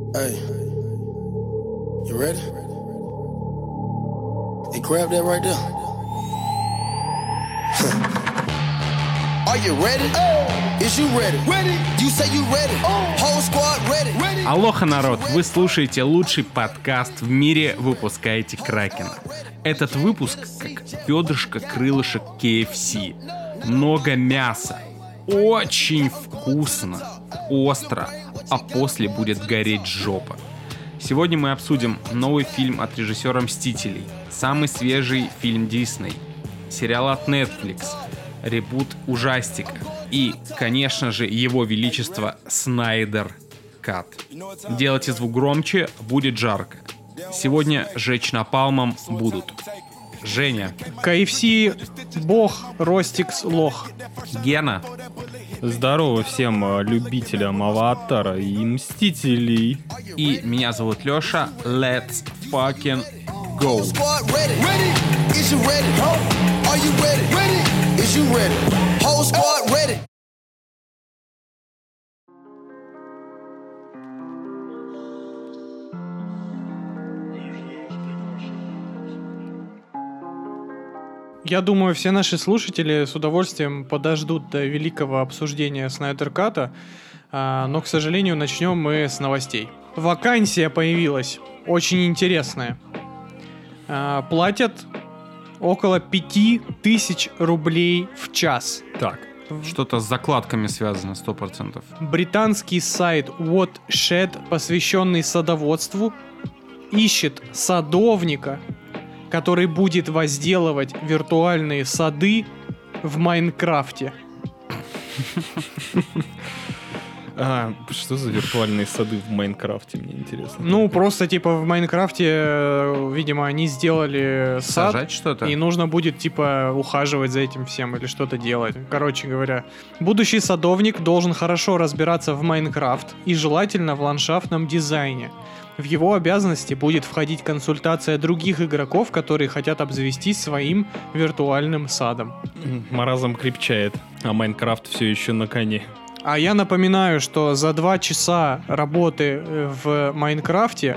Hey, you ready? Hey, grab that right there. Are you ready? Is you ready? Ready? You say you ready? Whole squad ready? Ready? Алоха, народ! Вы слушаете лучший подкаст в мире «Выпускаете Кракен». Этот выпуск как бедрышко-крылышек KFC. Много мяса. Очень вкусно. Остро. А после будет гореть жопа. Сегодня мы обсудим новый фильм от режиссера «Мстителей», самый свежий фильм Disney, сериал от Netflix, ребут ужастика и, конечно же, его величество Снайдер Кат. Делайте звук громче, будет жарко. Сегодня жечь напалмом будут Женя, KFC бог, Ростикс лох. Гена. Здорово всем любителям Аватара и Мстителей. И меня зовут Леша. Let's fucking go. Squad ready? Ready? Is you ready? Are you ready? Ready? Is you ready? Whole squad ready? Я думаю, все наши слушатели с удовольствием подождут до великого обсуждения Снайдер Ката, но, к сожалению, начнем мы с новостей. Вакансия появилась, очень интересная. Платят около 5000 рублей в час. Так, что-то с закладками связано 100%. Британский сайт Watershed, посвященный садоводству, ищет садовника, который будет возделывать виртуальные сады в Майнкрафте. Что за виртуальные сады в Майнкрафте, мне интересно. Ну, просто типа в Майнкрафте, видимо, они сделали сад. Сажать что-то? И нужно будет типа ухаживать за этим всем или что-то делать. Короче говоря, будущий садовник должен хорошо разбираться в Майнкрафт и желательно в ландшафтном дизайне. В его обязанности будет входить консультация других игроков, которые хотят обзавестись своим виртуальным садом. Маразм крепчает, а Майнкрафт все еще на коне. А я напоминаю, что за 2 часа работы в Майнкрафте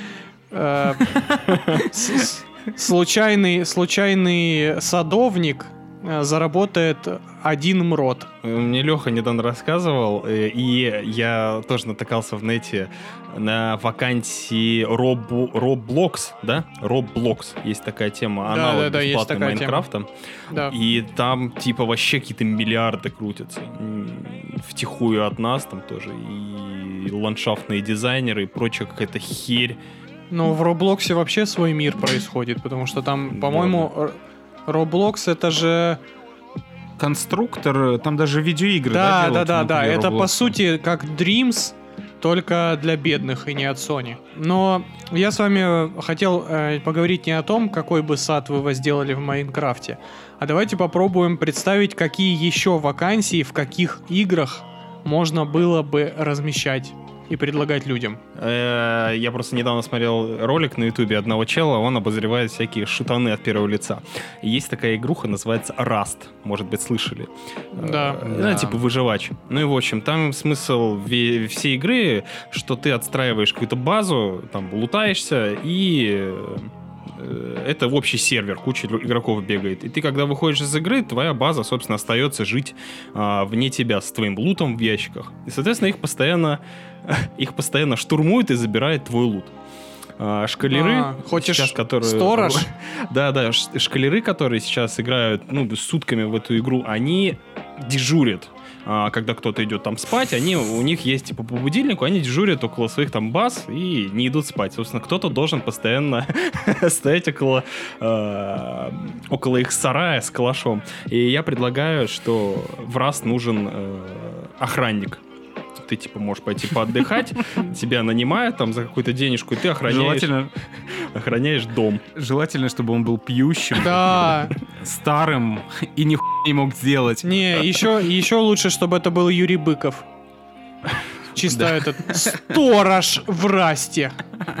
случайный садовник заработает 1 мрот. Мне Леха недавно рассказывал, и я тоже натыкался в нете на вакансии Roblox, да? Roblox, есть такая тема, аналог бесплатный Майнкрафта. Да. И там типа вообще какие-то миллиарды крутятся. Втихую от нас там тоже. И ландшафтные дизайнеры и прочая какая-то херь. Ну, в Роблоксе вообще свой мир происходит, потому что там, по-моему, Roblox это же... Конструктор, там даже видеоигры, Да. внутри Это, Roblox. по сути, как Dreams, только для бедных и не от Sony. Но я с вами хотел поговорить не о том, какой бы сад вы возделали в Майнкрафте, а давайте попробуем представить, какие еще вакансии в каких играх можно было бы размещать и предлагать людям. Я просто недавно смотрел ролик на ютубе одного чела, он обозревает всякие шутаны от первого лица. И есть такая игруха, называется Rust, может быть, слышали. Да. Типа выживач. Ну и в общем, там смысл всей игры, что ты отстраиваешь какую-то базу, там лутаешься, и это общий сервер, куча игроков бегает. И ты, когда выходишь из игры, твоя база, собственно, остается жить вне тебя с твоим лутом в ящиках. И, соответственно, их постоянно штурмуют и забирают твой лут. Шкалеры, хочешь сейчас, которые... сторож? Да, шкалеры, которые сейчас играют сутками в эту игру, они дежурят. Когда кто-то идет там спать, у них есть типа по будильнику, они дежурят около своих там баз и не идут спать. Собственно, кто-то должен постоянно стоять около их сарая с калашом. И я предлагаю, что в Rust нужен охранник. Ты типа можешь пойти поотдыхать, тебя нанимают там за какую-то денежку, и ты охраняешь дом. Желательно, чтобы он был пьющим, Да. старым и нихуя не мог сделать. Не, еще лучше, чтобы это был Юрий Быков. Чисто этот сторож в Расте.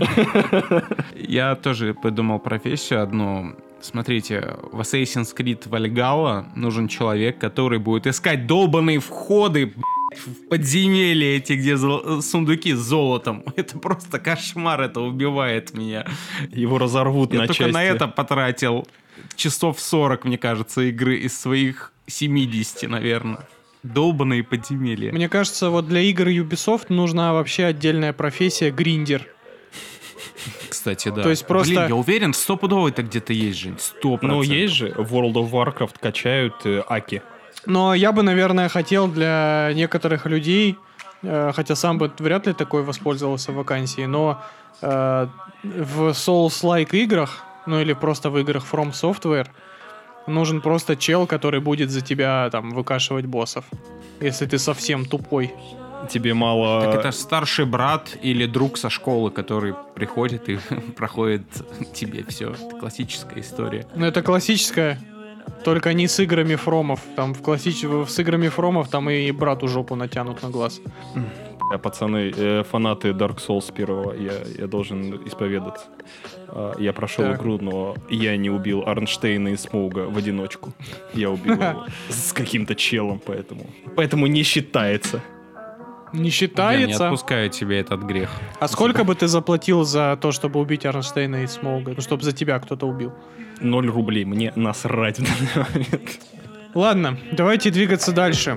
Я тоже придумал профессию одну. Смотрите, в Assassin's Creed Valhalla нужен человек, который будет искать долбаные входы в подземелье эти, где сундуки с золотом. Это просто кошмар, это убивает меня. Его разорвут Я на только части. на это потратил часов 40, мне кажется, игры из своих 70, наверное. Долбаные подземелья. Мне кажется, вот для игр Ubisoft нужна вообще отдельная профессия гриндер. Кстати, да. То есть просто- Блин, я уверен, стопудово это где-то есть, Жень. 100%. Ну, есть же, в World of Warcraft качают аки. Но я бы, наверное, хотел для некоторых людей, хотя сам бы вряд ли такой воспользовался вакансией, но в Souls-like играх, ну или просто в играх From Software, нужен просто чел, который будет за тебя там выкашивать боссов, если ты совсем тупой. Тебе мало... Так это старший брат или друг со школы, который приходит и проходит тебе все. Это классическая история. Ну это классическая, только не с играми Фромов. Там с играми Фромов там и брату жопу натянут на глаз. Пацаны, фанаты Dark Souls 1, я должен исповедаться. Я прошел Так. игру, но я не убил Арнштейна и Смоуга в одиночку. Я убил его с каким-то челом, поэтому не считается. Не Я не считается. отпускаю тебе этот грех. А сколько бы ты заплатил за то, чтобы убить Арнштейна и Смоуга? Ну, чтобы за тебя кто-то убил. 0 рублей, мне насрать в данный момент. Ладно, давайте двигаться дальше.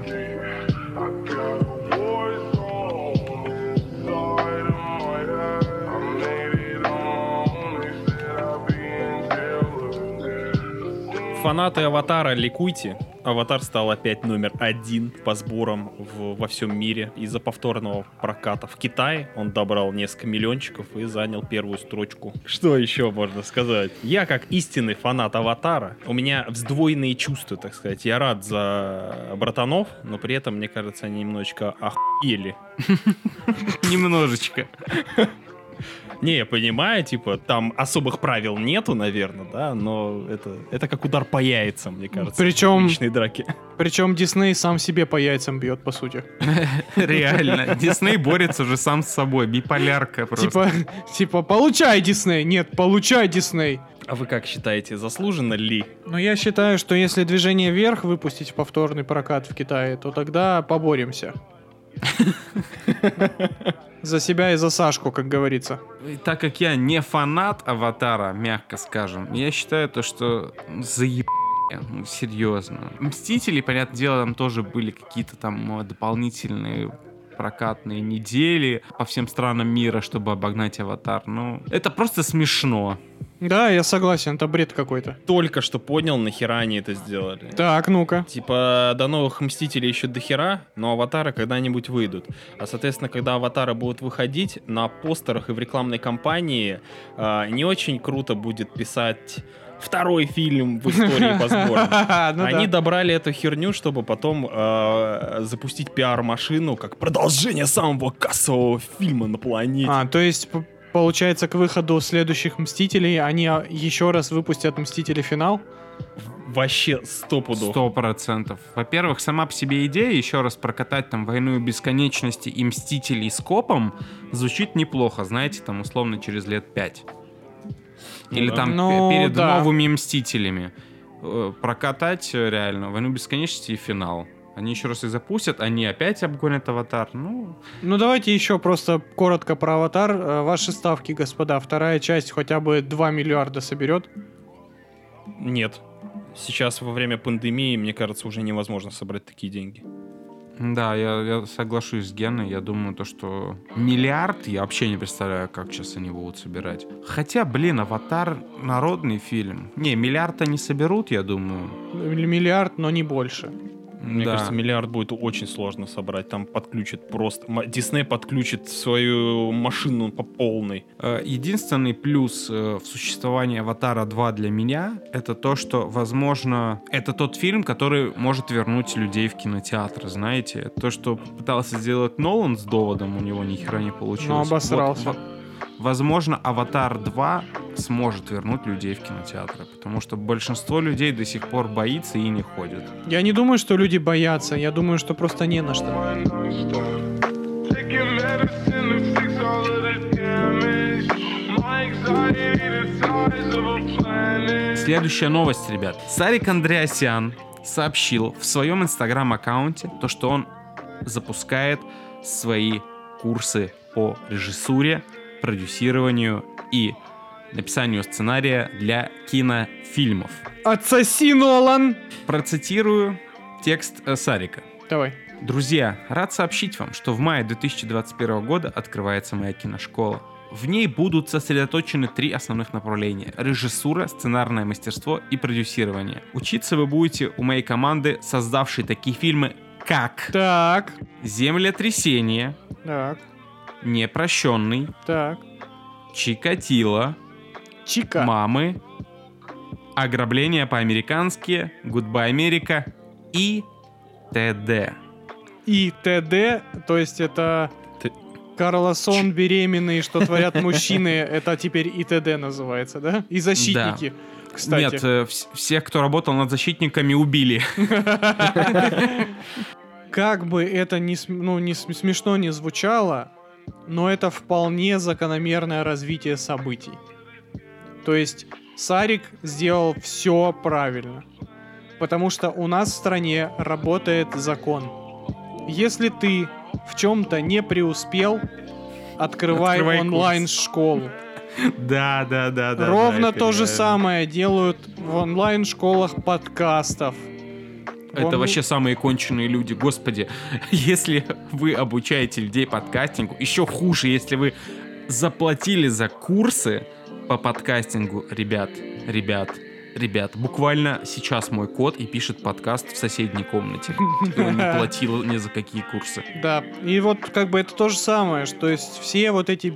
Фанаты Аватара, ликуйте. Аватар стал опять номер 1 по сборам во всем мире из-за повторного проката. В Китае он добрал несколько миллиончиков и занял первую строчку. Что еще можно сказать? Я, как истинный фанат Аватара, у меня сдвоенные чувства, так сказать. Я рад за братанов, но при этом, мне кажется, они немножечко охуели. Немножечко. Не, я понимаю, типа, там особых правил нету, наверное, да, но это как удар по яйцам, мне кажется. Причем- в личной драке. Причем Дисней сам себе по яйцам бьет, по сути. Реально. Дисней борется уже сам с собой. Биполярка просто. Типа, получай, Дисней! Нет, получай, Дисней! А вы как считаете, заслуженно ли? Но я считаю, что если «Движение вверх» выпустить в повторный прокат в Китае, то тогда поборемся. За себя и за Сашку, как говорится. И так как я не фанат Аватара, мягко скажем, я считаю то, что ну, серьезно. Мстители, понятное дело, там тоже были какие-то там дополнительные прокатные недели по всем странам мира, чтобы обогнать Аватар. Ну, это просто смешно. Да, я согласен, это бред какой-то. Только что понял, нахера они это сделали. Так, ну-ка. Типа, до новых Мстителей еще до хера, но Аватары когда-нибудь выйдут. А, соответственно, когда Аватары будут выходить, на постерах и в рекламной кампании не очень круто будет писать второй фильм в истории по сборам. Ну Они да. добрали эту херню, чтобы потом запустить пиар-машину как продолжение самого кассового фильма на планете. То есть, получается, к выходу следующих Мстителей они еще раз выпустят Мстители финал? Вообще 100 пудов. 100%. Во-первых, сама по себе идея еще раз прокатать там «Войну бесконечности» и «Мстителей» с копом звучит неплохо, знаете, там условно через лет 5. Или да. там Ну, перед да. новыми «Мстителями». Прокатать реально «Войну бесконечности» и финал. Они еще раз их запустят, они опять обгонят «Аватар». Ну, Давайте еще просто коротко про «Аватар». Ваши ставки, господа. Вторая часть хотя бы 2 миллиарда соберет? Нет. Сейчас во время пандемии, мне кажется, уже невозможно собрать такие деньги. да, я соглашусь с Геной. Я думаю, то, что миллиард, я вообще не представляю, как сейчас они будут собирать. Хотя, блин, «Аватар» — народный фильм. Не, миллиард они соберут, я думаю. Или миллиард, но не больше. Мне Да. кажется, миллиард будет очень сложно собрать. Там подключит просто... Дисней подключит свою машину по полной. Единственный плюс в существовании «Аватара 2» для меня — это то, что, возможно, это тот фильм, который может вернуть людей в кинотеатр, знаете? То, что пытался сделать Нолан с «Доводом», у него ни хера не получилось. Ну, обосрался. Вот, возможно, «Аватар 2» сможет вернуть людей в кинотеатры, потому что большинство людей до сих пор боится и не ходит. Я не думаю, что люди боятся. Я думаю, что просто не на что. Taking medicine to fix all of the damage. My anxiety the size of a planet. Следующая новость, ребят. Сарик Андреасян сообщил в своем инстаграм-аккаунте то, что он запускает свои курсы по режиссуре, продюсированию и написанию сценария для кинофильмов. Отсоси, Нолан! Процитирую текст Сарика. Давай. Друзья, рад сообщить вам, что в мае 2021 года открывается моя киношкола. В ней будут сосредоточены 3 основных направления: режиссура, сценарное мастерство и продюсирование. Учиться вы будете у моей команды, создавшей такие фильмы, как Так, «Землетрясение», так, «Непрощенный», так. «Чикатило», Чика. «Мамы», «Ограбление по-американски», «Гудбай, Америка» и «ТД». И ТД, то есть это Карлосон, беременный, что творят мужчины, это теперь и ТД называется, да? И защитники, кстати. Нет, всех, кто работал над защитниками, убили. Как бы это не смешно не звучало, но это вполне закономерное развитие событий. То есть Сарик сделал все правильно. Потому что у нас в стране работает закон. Если ты в чем-то не преуспел, открывай онлайн-школу. Да. Ровно то же самое делают в онлайн-школах подкастов. Это вообще самые конченые люди, господи. Если вы обучаете людей подкастингу, еще хуже, если вы заплатили за курсы по подкастингу, ребят, буквально сейчас мой кот и пишет подкаст в соседней комнате. Он не платил ни за какие курсы. Да, и вот как бы это то же самое, что есть все эти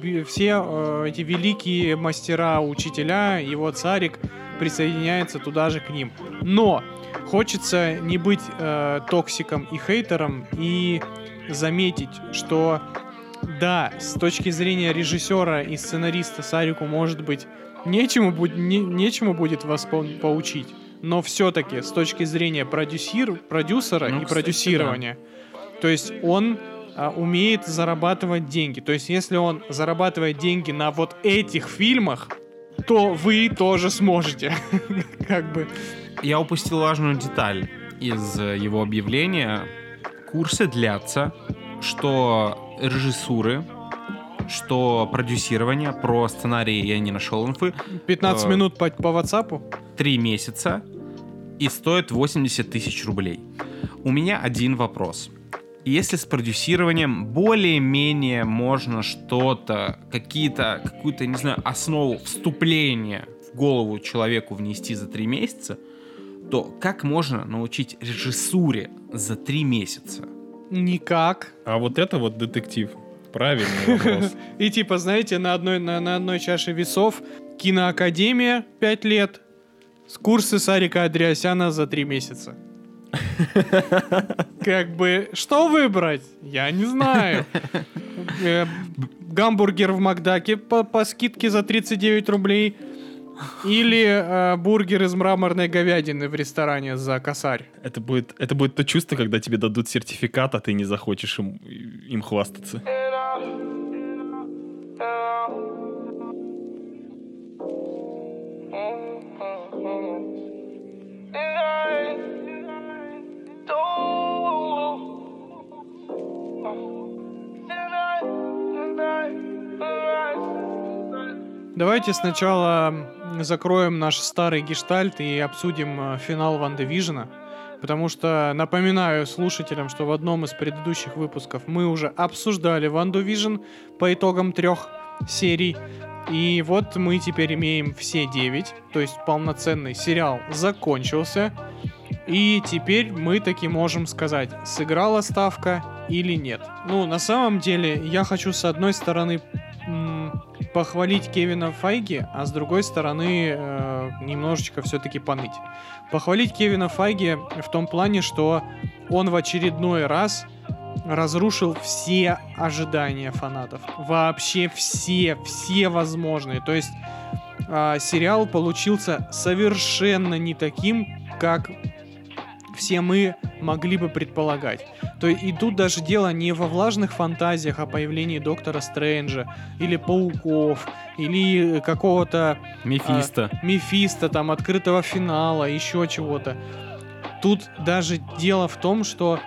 великие мастера, учителя, и вот Сарик присоединяется туда же к ним. Но хочется не быть токсиком и хейтером и заметить, что да, с точки зрения режиссера и сценариста Сарику, может быть, нечему будет вас поучить, но все-таки с точки зрения продюсера и продюсирования, то есть он умеет зарабатывать деньги. То есть если он зарабатывает деньги на вот этих фильмах, то вы тоже сможете. Как бы. Я упустил важную деталь из его объявления. Курсы длятся, что режиссуры, что продюсирование. Про сценарий я не нашел инфы. 15 минут по WhatsApp? 3 месяца и стоит 80 тысяч рублей. У меня один вопрос. Если с продюсированием более-менее можно что-то, какую-то, не знаю, основу вступления в голову человеку внести за 3 месяца, то как можно научить режиссуре за 3 месяца? Никак. А вот это вот детектив. Правильный вопрос. И типа, знаете, на одной чаше весов киноакадемия 5 лет, курсы Сарика Андреасяна за 3 месяца. Как бы, что выбрать? Я не знаю. Гамбургер в Макдаке по скидке за 39 рублей или бургер из мраморной говядины в ресторане за косарь. Это будет то чувство, когда тебе дадут сертификат, а ты не захочешь им хвастаться. Давайте сначала закроем наш старый гештальт и обсудим финал Ван Дивижена, потому что напоминаю слушателям, что в одном из предыдущих выпусков мы уже обсуждали Ван Дивижен по итогам 3 серий, и вот мы теперь имеем все 9, то есть полноценный сериал закончился, и теперь мы таки можем сказать, сыграла ставка или нет. Ну, на самом деле, я хочу с одной стороны похвалить Кевина Файги, а с другой стороны немножечко все-таки поныть. Похвалить Кевина Файги в том плане, что он в очередной раз разрушил все ожидания фанатов. Вообще все возможные. То есть сериал получился совершенно не таким, как все мы могли бы предполагать. И тут даже дело не во влажных фантазиях о появлении Доктора Стрэнджа, или Пауков, или какого-то... Мефисто, там, открытого финала, еще чего-то. Тут даже дело в том, что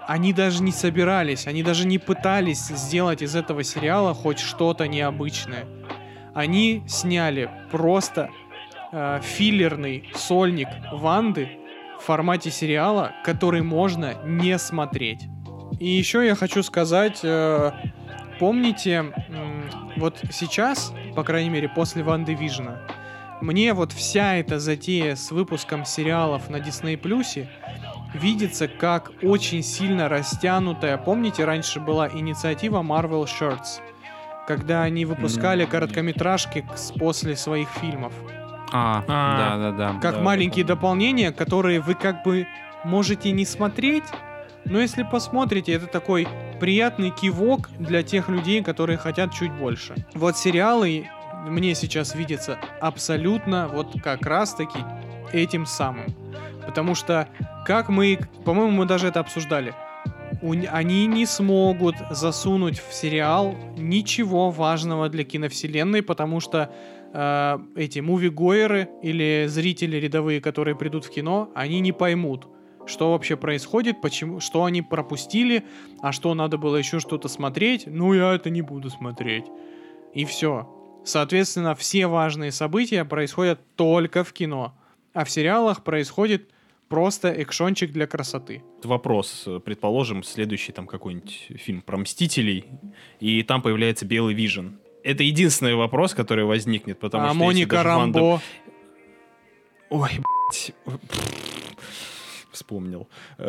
они даже не собирались, они даже не пытались сделать из этого сериала хоть что-то необычное. Они сняли просто филлерный сольник Ванды в формате сериала, который можно не смотреть. И еще я хочу сказать, помните, вот сейчас, по крайней мере, после Ванды Вижена, мне вот вся эта затея с выпуском сериалов на Disney Плюсе видится как очень сильно растянутая. Помните, раньше была инициатива Marvel Shorts, когда они выпускали короткометражки после своих фильмов. Да. Как маленькие дополнения, которые вы как бы можете не смотреть, но если посмотрите, это такой приятный кивок для тех людей, которые хотят чуть больше. Вот сериалы мне сейчас видятся абсолютно вот как раз-таки этим самым. Потому что, как мы, по-моему, мы даже это обсуждали, они не смогут засунуть в сериал ничего важного для киновселенной, потому что эти муви-гойеры или зрители рядовые, которые придут в кино, они не поймут, что вообще происходит, почему, что они пропустили, а что надо было еще что-то смотреть. Ну, я это не буду смотреть. И все. Соответственно, все важные события происходят только в кино, а в сериалах происходит просто экшончик для красоты. Вопрос. Предположим, следующий там какой-нибудь фильм про Мстителей, и там появляется Белый Вижен. Это единственный вопрос, который возникнет, потому что... Моника Рамбо... Ой, блядь. Вспомнил.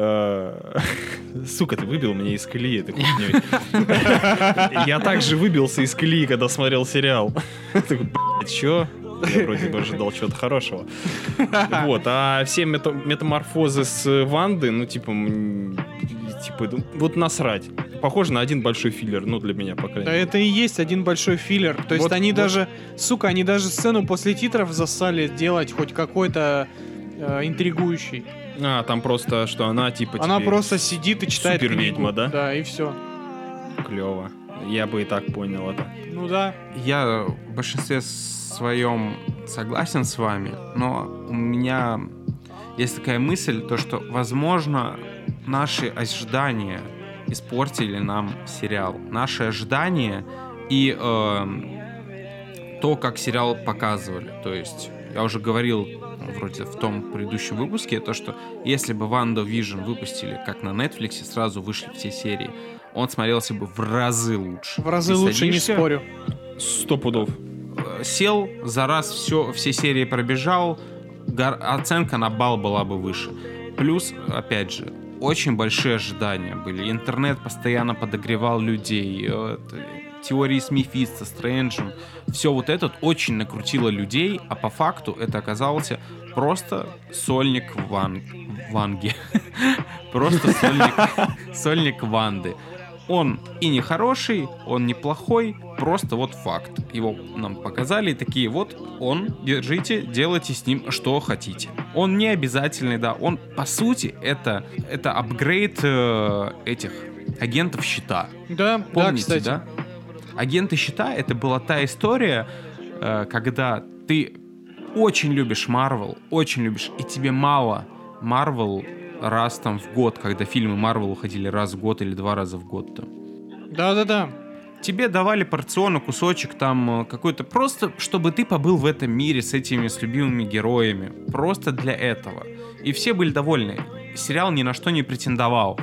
Сука, ты выбил меня из колеи этой хуйней. Я также выбился из колеи, когда смотрел сериал. Блядь, чё? Я вроде бы ожидал чего-то хорошего. Вот, а все метаморфозы с Ванды, ну, типа, вот насрать. Похоже на один большой филлер, ну, для меня, по крайней мере. Да это и есть один большой филлер. То есть Вот, они вот. даже, сука, они даже сцену после титров засали делать хоть какой-то интригующий. А, там просто, что она, типа, Она теперь просто сидит и читает книгу. суперведьма, да? Да, и все. Клево. Я бы и так понял это. Ну да. Я в большинстве своем согласен с вами, но у меня есть такая мысль, то что, возможно, наши ожидания испортили нам сериал. Наши ожидания и то, как сериал показывали. То есть, я уже говорил вроде в том предыдущем выпуске, то что если бы Ванда Вижн выпустили как на Netflix, сразу вышли все серии, он смотрелся бы в разы лучше. В разы Ты лучше, не садишься, спорю. 100 пудов. Сел, за раз все серии пробежал, оценка на балл была бы выше. Плюс, опять же, очень большие ожидания были. Интернет постоянно подогревал людей. Теории с Мефисто, Стрэнджем. Все вот это очень накрутило людей, а по факту это оказался просто сольник Ванги. Просто сольник Ванды. Он и не хороший, он не плохой, просто вот факт. Его нам показали и такие, вот он, держите, делайте с ним что хотите. Он не обязательный, да, он, по сути, это апгрейд этих агентов Щита. Да, Помните, да, кстати. да? Агенты Щита — это была та история, когда ты очень любишь Марвел, очень любишь, и тебе мало Марвел раз там в год, когда фильмы Марвел уходили раз в год или 2 раза в год там. Да-да-да. Тебе давали порционно кусочек там какой-то, просто чтобы ты побыл в этом мире с этими, с любимыми героями. Просто для этого. И все были довольны. Сериал ни на что не претендовал.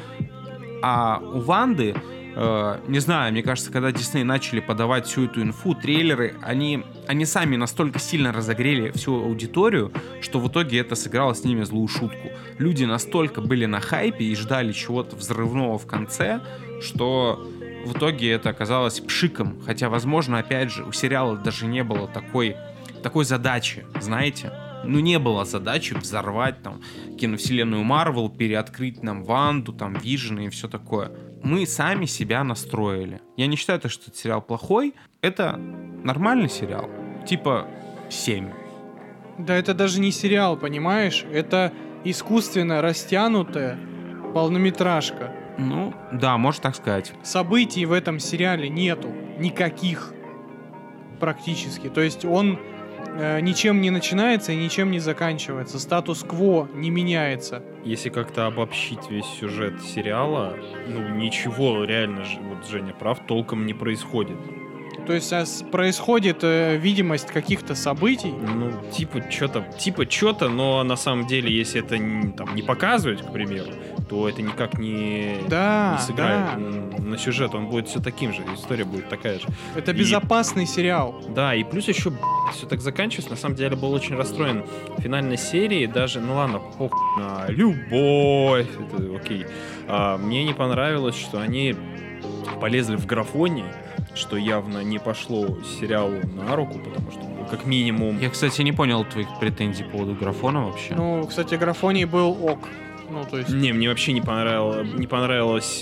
А у Ванды, не знаю, мне кажется, когда Disney начали подавать всю эту инфу, трейлеры, они сами настолько сильно разогрели всю аудиторию, что в итоге это сыграло с ними злую шутку. Люди настолько были на хайпе и ждали чего-то взрывного в конце, что в итоге это оказалось пшиком. Хотя, возможно, опять же, у сериала даже не было такой задачи, знаете? Ну, не было задачи взорвать там киновселенную Марвел, переоткрыть нам Ванду, там, Вижена и все такое. Мы сами себя настроили. Я не считаю, что этот сериал плохой. Это нормальный сериал. Типа 7. Да это даже не сериал, понимаешь? Это искусственно растянутая полнометражка. Ну, да, можно так сказать. Событий в этом сериале нету. Никаких. Практически. То есть он ничем не начинается и ничем не заканчивается. Статус-кво не меняется. Если как-то обобщить весь сюжет сериала, ну, ничего реально, вот Женя прав, толком не происходит. То есть происходит видимость каких-то событий. Ну, типа что-то, но на самом деле, если это там, не показывать, к примеру, то это никак не сыграет на сюжет. Он будет все таким же, история будет такая же. Это безопасный сериал. Да, и плюс еще все так заканчивается. На самом деле, был очень расстроен в финальной серии. Даже, ну ладно, похуй на любовь, это окей. Мне не понравилось, что они полезли в графоний, что явно не пошло сериалу на руку, потому что, ну, как минимум... Я, кстати, не понял твоих претензий по поводу графона вообще. Ну, кстати, графоний был ок. Ну, то есть... Не, мне вообще не понравилась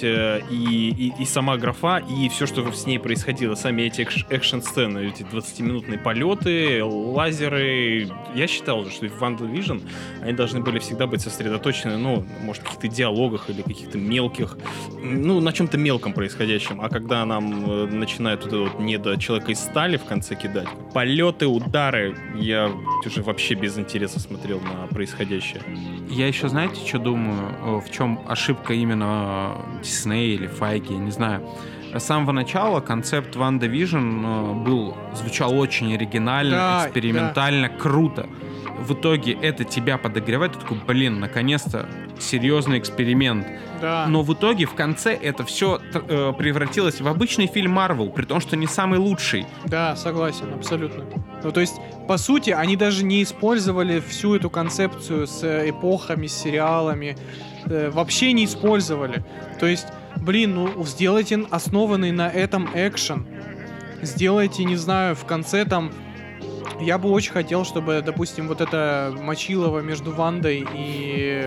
и сама графа, и все, что с ней происходило. Сами эти экшн-сцены, эти 20-минутные полеты, лазеры. Я считал, что в WandaVision они должны были всегда быть сосредоточены, ну, может, в каких-то диалогах или каких-то мелких, ну, на чем-то мелком происходящем. А когда нам начинают вот это вот недо человека из стали в конце кидать, полеты, удары, я уже вообще без интереса смотрел на происходящее. Я еще, знаете, что думаю? В чем ошибка именно Диснея или Файги, я не знаю. С самого начала концепт WandaVision звучал очень оригинально, экспериментально, круто. В итоге это тебя подогревает, ты такой, блин, наконец-то серьезный эксперимент. Да. Но в итоге в конце это все превратилось в обычный фильм Marvel, при том, что не самый лучший. Да, согласен, абсолютно. Ну, то есть, по сути, они даже не использовали всю эту концепцию с эпохами, с сериалами. Вообще не использовали. То есть, блин, ну, сделайте основанный на этом экшен. Сделайте, не знаю, в конце там... Я бы очень хотел, чтобы, допустим, вот это мочилово между Вандой и...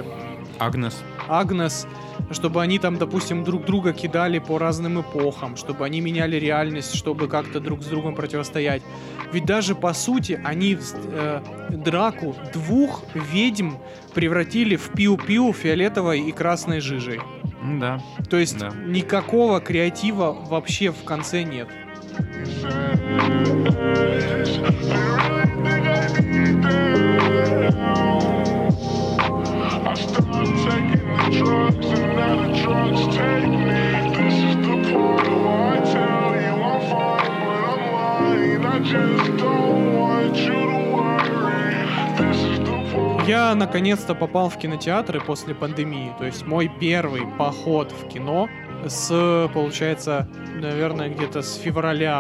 Агнес, чтобы они там, допустим, друг друга кидали по разным эпохам, чтобы они меняли реальность, чтобы как-то друг с другом противостоять. Ведь даже по сути они драку двух ведьм превратили в пиу-пиу фиолетовой и красной жижей. Да. То есть никакого креатива вообще в конце нет. I stopped taking the drugs and now the drugs take me. This is the part where I tell you I'm fine, but I'm lying. I just don't want you to worry. This is the part. Я наконец-то попал в кинотеатры после пандемии. То есть мой первый поход в кино получается, наверное, где-то с февраля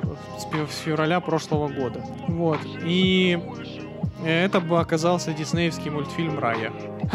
прошлого года. Вот. И это бы оказался диснеевский мультфильм «Рая».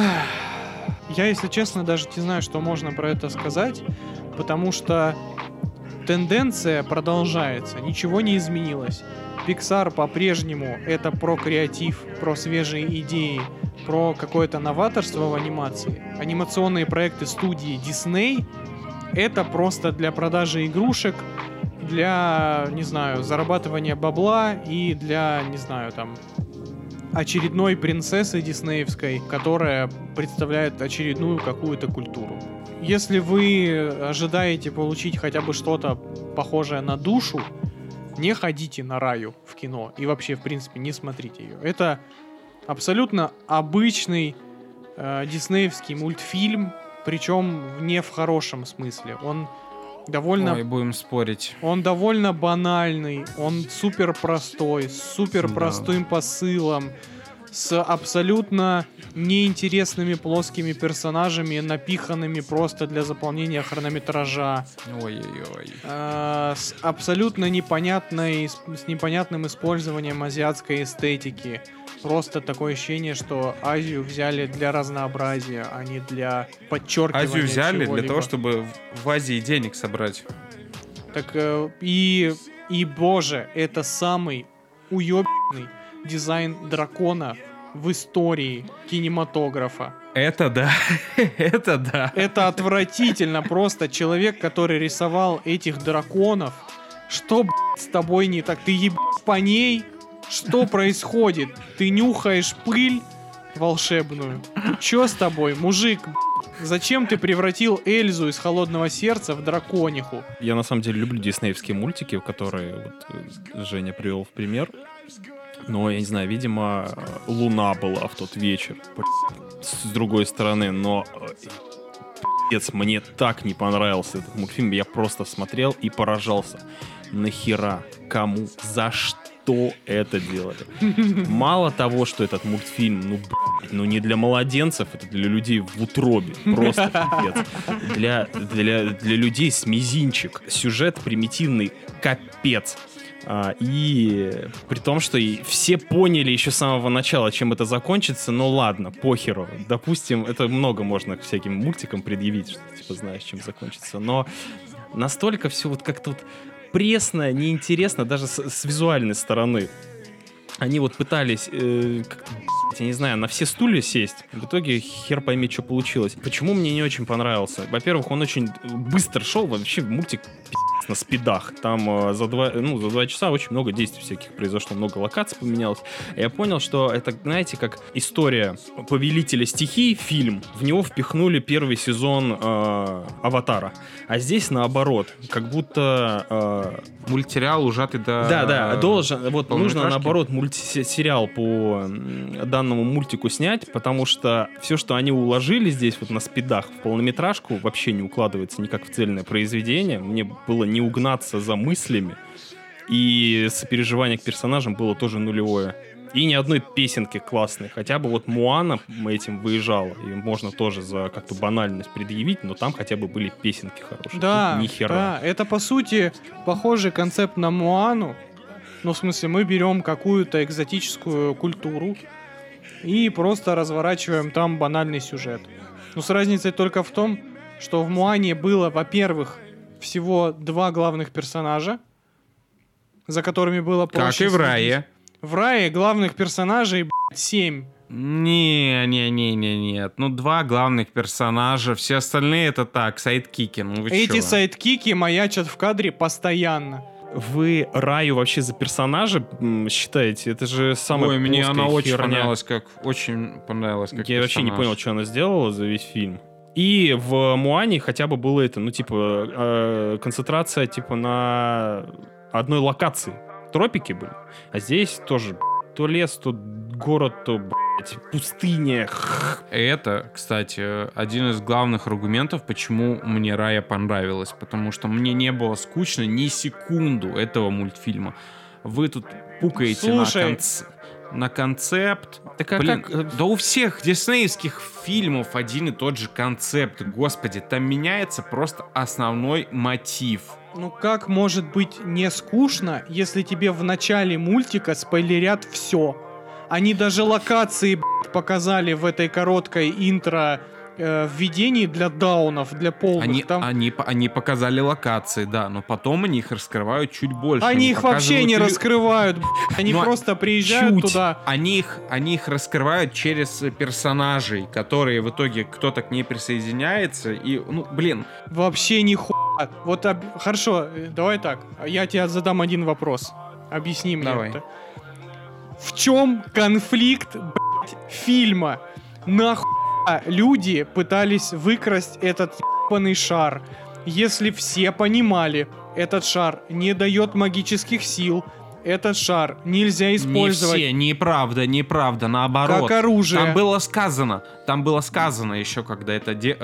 Я, если честно, даже не знаю, что можно про это сказать, потому что тенденция продолжается, ничего не изменилось. Pixar по-прежнему это про креатив, про свежие идеи, про какое-то новаторство в анимации. Анимационные проекты студии Disney — это просто для продажи игрушек, для, не знаю, зарабатывания бабла и для, не знаю, там, очередной принцессы диснеевской, которая представляет очередную какую-то культуру. Если вы ожидаете получить хотя бы что-то похожее на душу, не ходите на Раю в кино и вообще, в принципе, не смотрите ее. Это абсолютно обычный диснеевский мультфильм, причем не в хорошем смысле. Он довольно... Ой, будем спорить. Он довольно банальный, он супер простой, с супер простым посылом, с абсолютно неинтересными плоскими персонажами, напиханными просто для заполнения хронометража. Ой-ой-ой. С абсолютно с непонятным использованием азиатской эстетики. Просто такое ощущение, что Азию взяли для разнообразия, а не для подчеркивания Азию взяли чего-либо. для того, чтобы в Азии денег собрать. Так и боже, это самый уебанный дизайн дракона в истории кинематографа. Это да. Это да. Это отвратительно просто. Человек, который рисовал этих драконов, что, с тобой не так? Ты по ней? Что происходит? Ты нюхаешь пыль волшебную? Чё с тобой, мужик? Зачем ты превратил Эльзу из «Холодного сердца» в дракониху? Я на самом деле люблю диснеевские мультики, которые вот Женя привел в пример. Но, я не знаю, видимо, луна была в тот вечер. С другой стороны, но... Пиздец, мне так не понравился этот мультфильм. Я просто смотрел и поражался. Нахера? Кому? За что это делали? Мало того, что этот мультфильм, ну не для младенцев, это для людей в утробе. Просто пипец. Для людей с мизинчик. Сюжет примитивный, капец. И при том, что и все поняли еще с самого начала, чем это закончится, но ладно, похеру. Допустим, это много можно к всяким мультикам предъявить, что ты типа знаешь, чем закончится. Но настолько все вот как-то вот пресно, неинтересно, даже с визуальной стороны. Они вот пытались, я не знаю, на все стулья сесть. В итоге хер пойми, что получилось. Почему мне не очень понравился? Во-первых, он очень быстро шел. Вообще мультик на спидах. Там за 2 часа очень много действий всяких произошло, много локаций поменялось. Я понял, что это, знаете, как история Повелителя стихий, фильм. В него впихнули первый сезон Аватара. А здесь наоборот. Как будто... Мультсериал ужатый до... Да, должен. Вот нужно наоборот мультсериал по данному мультику снять, потому что все, что они уложили здесь вот на спидах в полнометражку, вообще не укладывается никак в цельное произведение. Мне было не угнаться за мыслями, и сопереживание к персонажам было тоже нулевое. И ни одной песенки классной. Хотя бы вот Моана этим выезжала, и можно тоже за как-то банальность предъявить, но там хотя бы были песенки хорошие. Да, Ни хера. да, это по сути похожий концепт на Моану. Ну, в смысле, мы берем какую-то экзотическую культуру и просто разворачиваем там банальный сюжет. Но с разницей только в том, что в Моане было, во-первых, всего 2 главных персонажа, за которыми было проще Как и в следить. Рае. В Рае главных персонажей, 7. Нет. Ну, 2 главных персонажа. Все остальные это так, сайдкики. Ну, вы Эти чё? сайдкики маячат в кадре постоянно. Вы Раю вообще за персонажа считаете? Это же самая Ой, мне плоская она очень херня. понравилась, как Я вообще не персонаж. понял, что она сделала за весь фильм. И в Моане хотя бы было это, концентрация, на одной локации. Тропики были. А здесь тоже, то лес, то город, то, пустыня. Это, кстати, один из главных аргументов, почему мне Рая понравилась. Потому что мне не было скучно ни секунду этого мультфильма. Вы тут пукаете на концепт. Так, Блин, да у всех диснеевских фильмов один и тот же концепт. Господи, там меняется просто основной мотив. Ну как может быть не скучно, если тебе в начале мультика спойлерят все? Они даже локации, показали в этой короткой интро введении для даунов, для полных. Они показали локации, да, но потом они их раскрывают чуть больше. Они их вообще не раскрывают, они Ну, просто приезжают чуть. туда. Они их раскрывают через персонажей, которые в итоге кто-то к ней присоединяется. И, Вообще ни хуя. Вот, хорошо, давай так, я тебе задам один вопрос. Объясни мне Давай. это. В чем конфликт, фильма? Нахуй люди пытались выкрасть этот ебаный шар, если все понимали, этот шар не дает магических сил, этот шар нельзя использовать. Не все, неправда, наоборот. Как оружие. Там было сказано еще, когда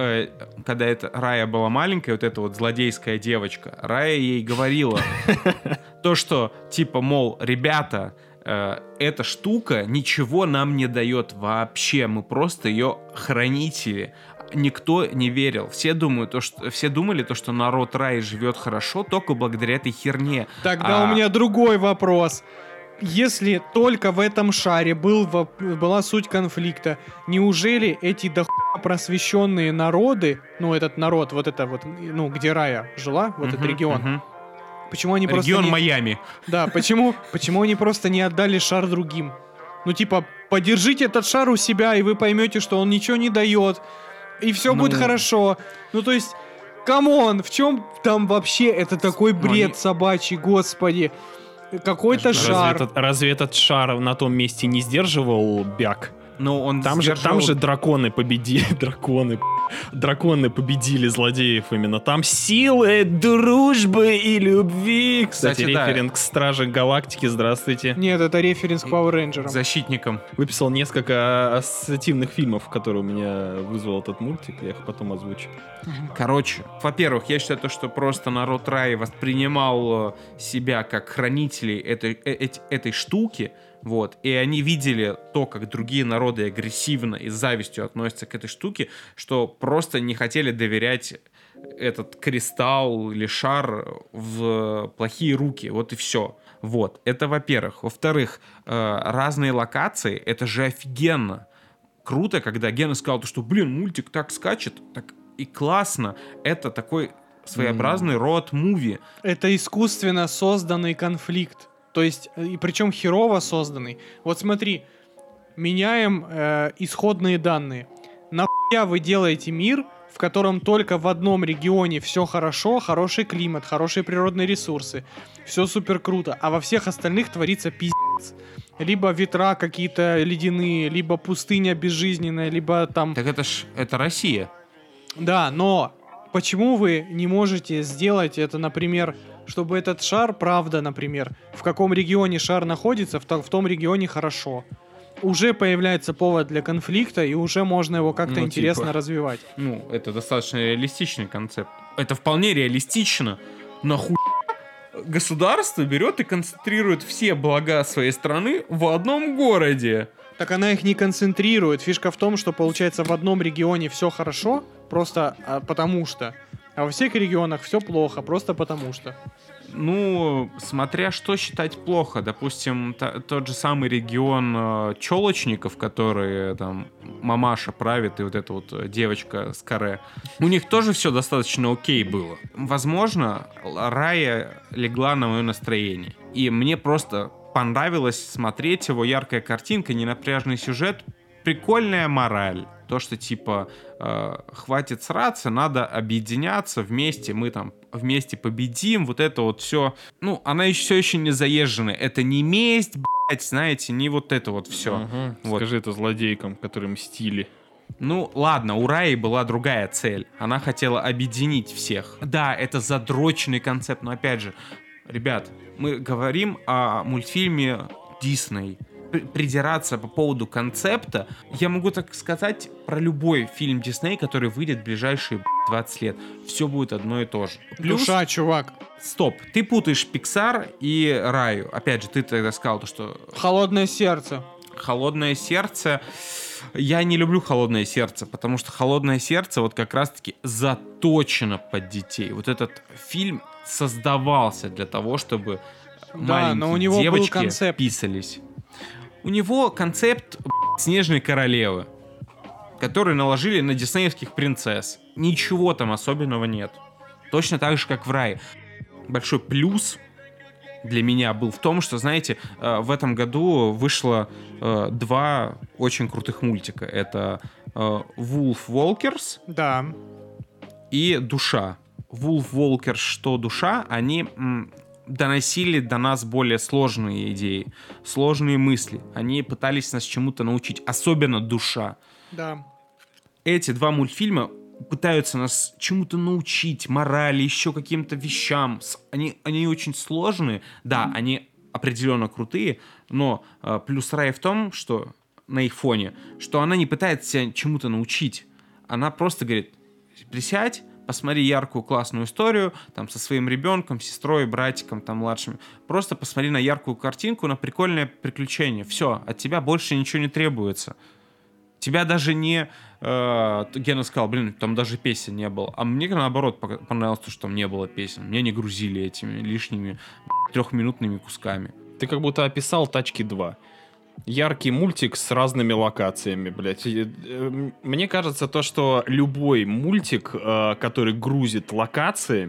эта Рая была маленькая, вот эта вот злодейская девочка, Рая ей говорила то, что, мол, ребята, эта штука ничего нам не дает вообще, мы просто ее хранители. Никто не верил. Все думали, что народ Раи живет хорошо только благодаря этой херне. Тогда у меня другой вопрос. Если только в этом шаре была суть конфликта, неужели эти дохуя просвещенные народы, этот народ, где Рая жила, этот регион, почему они просто Регион Майами. Да, почему они просто не отдали шар другим? Подержите этот шар у себя, и вы поймете, что он ничего не дает, и все будет хорошо. То есть, камон, в чем там вообще это такой бред собачий, господи? Какой-то шар. Разве этот шар на том месте не сдерживал бяк? Но он Там же драконы победили. Драконы победили злодеев именно. Там силы, дружбы и любви. Кстати, да. референс к Страже Галактики. Здравствуйте. Нет, это референс к Power Rangers. защитником. Выписал несколько ассоциативных фильмов, которые у меня вызвал этот мультик. Я их потом озвучу. Короче, во-первых, я считаю, что просто народ рая воспринимал себя как хранителей этой штуки, вот, и они видели то, как другие народы агрессивно и с завистью относятся к этой штуке, что просто не хотели доверять этот кристалл или шар в плохие руки, вот и все. Вот, это во-первых. Во-вторых, разные локации, это же офигенно. Круто, когда Гена сказал, что, мультик так скачет, так и классно. Это такой своеобразный роад-муви. Это искусственно созданный конфликт. То есть, и причем херово созданный. Вот смотри, меняем исходные данные. Нахуя вы делаете мир, в котором только в одном регионе все хорошо, хороший климат, хорошие природные ресурсы, все супер круто, а во всех остальных творится пиздец. Либо ветра какие-то ледяные, либо пустыня безжизненная, либо там... Так это Россия. Да, но почему вы не можете сделать это, например, чтобы этот шар, правда, например, в каком регионе шар находится, в том регионе хорошо. Уже появляется повод для конфликта, и уже можно его как-то интересно развивать. Это достаточно реалистичный концепт. Это вполне реалистично. Нахуй государство берет и концентрирует все блага своей страны в одном городе. Так она их не концентрирует. Фишка в том, что получается в одном регионе все хорошо, просто потому что. А во всех регионах все плохо, просто потому что. Смотря что считать плохо. Допустим, тот же самый регион Челочников, который там мамаша правит, и вот эта вот девочка с каре. У них тоже все достаточно окей было. Возможно, Рая легла на мое настроение. И мне просто понравилось смотреть его, яркая картинка, ненапряжный сюжет, прикольная мораль. То, что типа хватит сраться, надо объединяться вместе, мы там вместе победим, вот это вот все. Она все еще не заезженная. Это не месть, блять, знаете, не вот это вот все. Вот. Скажи это злодейкам, которые мстили. Ладно, у Раи была другая цель. Она хотела объединить всех. Да, это задроченный концепт, но опять же, ребят, мы говорим о мультфильме Дисней. Придираться по поводу концепта, я могу так сказать про любой фильм Дисней, который выйдет в ближайшие 20 лет. Все будет одно и то же. Плюс... Душа, чувак. Стоп, ты путаешь Pixar и Раю. Опять же, ты тогда сказал, что... Холодное сердце. Холодное сердце... Я не люблю «Холодное сердце», потому что «Холодное сердце» вот как раз-таки заточено под детей. Вот этот фильм создавался для того, чтобы но у него маленькие девочки был концепт. писались. У него концепт «Снежной королевы», который наложили на диснеевских принцесс. Ничего там особенного нет. Точно так же, как в Рае. Большой плюс для меня был в том, что, знаете, в этом году вышло 2 очень крутых мультика. Это Wolf Walkers и Душа. Wolf Walkers, что Душа, они доносили до нас более сложные идеи, сложные мысли. Они пытались нас чему-то научить, особенно Душа. Да. Эти 2 мультфильма пытаются нас чему-то научить, морали, еще каким-то вещам. Они очень сложные. Да, они определенно крутые, но плюс Рая в том, что на их фоне, что она не пытается себя чему-то научить. Она просто говорит: присядь, посмотри яркую, классную историю, там, со своим ребенком, сестрой, братиком, там, младшими. Просто посмотри на яркую картинку, на прикольное приключение. Все, от тебя больше ничего не требуется. Тебя даже не... Гена сказал, там даже песен не было. А мне, наоборот, понравилось то, что там не было песен. Меня не грузили этими лишними 3-минутными кусками. Ты как будто описал «Тачки 2». Яркий мультик с разными локациями, блядь. Мне кажется, то, что любой мультик, который грузит локациями,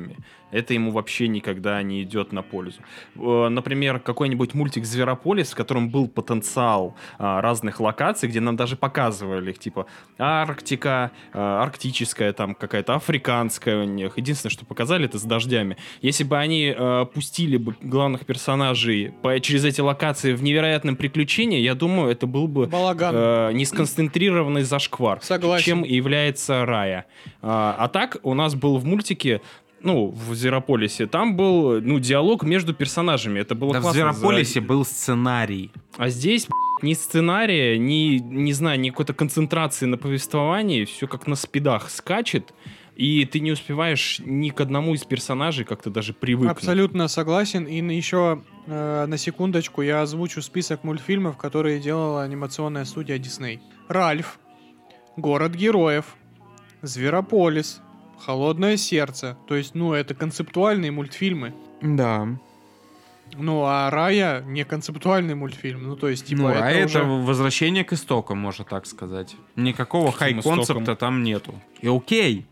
это ему вообще никогда не идет на пользу. Например, какой-нибудь мультик «Зверополис», в котором был потенциал разных локаций, где нам даже показывали их, типа Арктика, арктическая, там какая-то африканская у них. Единственное, что показали, это с дождями. Если бы они пустили бы главных персонажей через эти локации в невероятном приключении, я думаю, это был бы Балаган. не сконцентрированный зашквар. Согласен. Чем и является Рая. А так у нас был в мультике, в Зверополисе, там был, диалог между персонажами. Это было Да, в классно. Зверополисе был сценарий. А здесь ни сценария, не знаю, ни какой-то концентрации на повествовании. Все как на спидах скачет. И ты не успеваешь ни к одному из персонажей как-то даже привыкнуть. Абсолютно согласен. И еще на секундочку я озвучу список мультфильмов, которые делала анимационная студия Disney. Ральф, Город героев, Зверополис, Холодное сердце. То есть, это концептуальные мультфильмы. Да. А Рая не концептуальный мультфильм. То есть, типа, это уже... возвращение к истокам, можно так сказать. Никакого Каким хай-концепта истокам? там нету. И окей.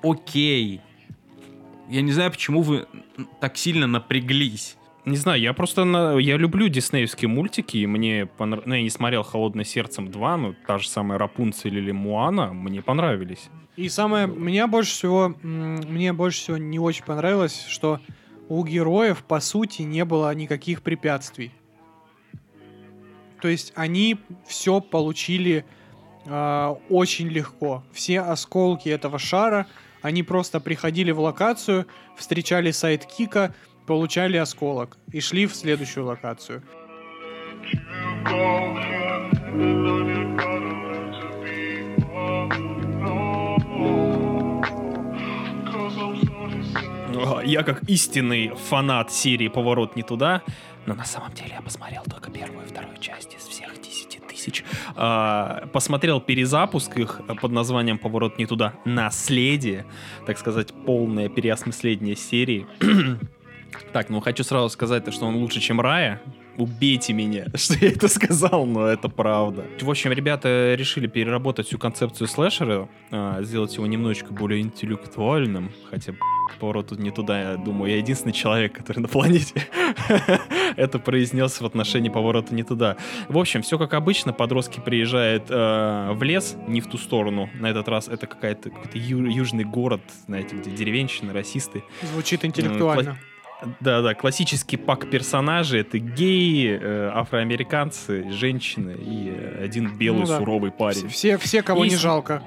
Я не знаю, почему вы так сильно напряглись. Не знаю, я люблю диснеевские мультики, и мне я не смотрел «Холодное сердцем 2», та же самая «Рапунцель» или «Муана» мне понравились. И мне больше всего не очень понравилось, что у героев, по сути, не было никаких препятствий. То есть они все получили очень легко. Все осколки этого шара, они просто приходили в локацию, встречали сайдкика, получали осколок и шли в следующую локацию. Я как истинный фанат серии «Поворот не туда», но на самом деле я посмотрел только первую и вторую часть из всех 10 тысяч. Посмотрел перезапуск их под названием «Поворот не туда. Наследие». Так сказать, полное переосмысление серии. Так, хочу сразу сказать, что он лучше, чем Рая. Убейте меня, что я это сказал, но это правда. В общем, ребята решили переработать всю концепцию слэшера, сделать его немножечко более интеллектуальным, хотя поворот тут не туда, я думаю, я единственный человек, который на планете это произнес в отношении поворота не туда. В общем, все как обычно, подростки приезжают в лес, не в ту сторону, на этот раз это какой-то южный город, знаете, где деревенщины, расисты. Звучит интеллектуально. Да, классический пак персонажей. Это геи, афроамериканцы, женщины и один белый суровый парень. Все, кого не жалко.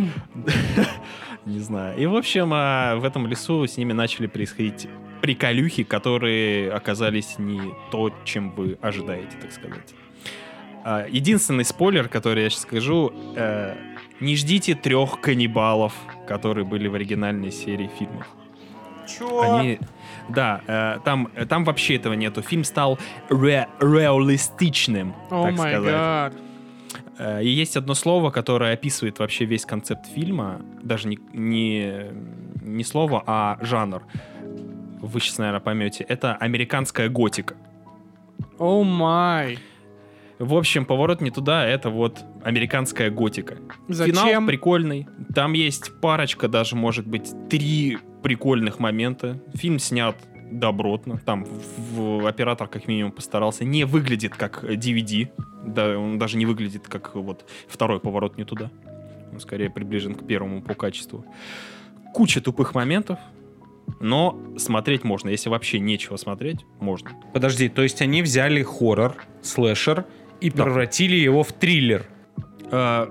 Не знаю. И, в общем, в этом лесу с ними начали происходить приколюхи, которые оказались не то, чем вы ожидаете, так сказать. Единственный спойлер, который я сейчас скажу, не ждите 3 каннибалов, которые были в оригинальной серии фильмов. Чё? Да, там вообще этого нету. Фильм стал реалистичным, так сказать. И есть одно слово, которое описывает вообще весь концепт фильма. Даже не слово, а жанр. Вы сейчас, наверное, поймете. Это американская готика. О май. В общем, «Поворот не туда» — это вот американская готика. Зачем? Финал прикольный. Там есть парочка, даже, может быть, 3 прикольных момента. Фильм снят добротно. Там оператор как минимум постарался. Не выглядит как DVD. Да, он даже не выглядит как вот второй «Поворот не туда». Он скорее приближен к первому по качеству. Куча тупых моментов. Но смотреть можно. Если вообще нечего смотреть, можно. Подожди, то есть они взяли хоррор, слэшер и превратили его в триллер? Да.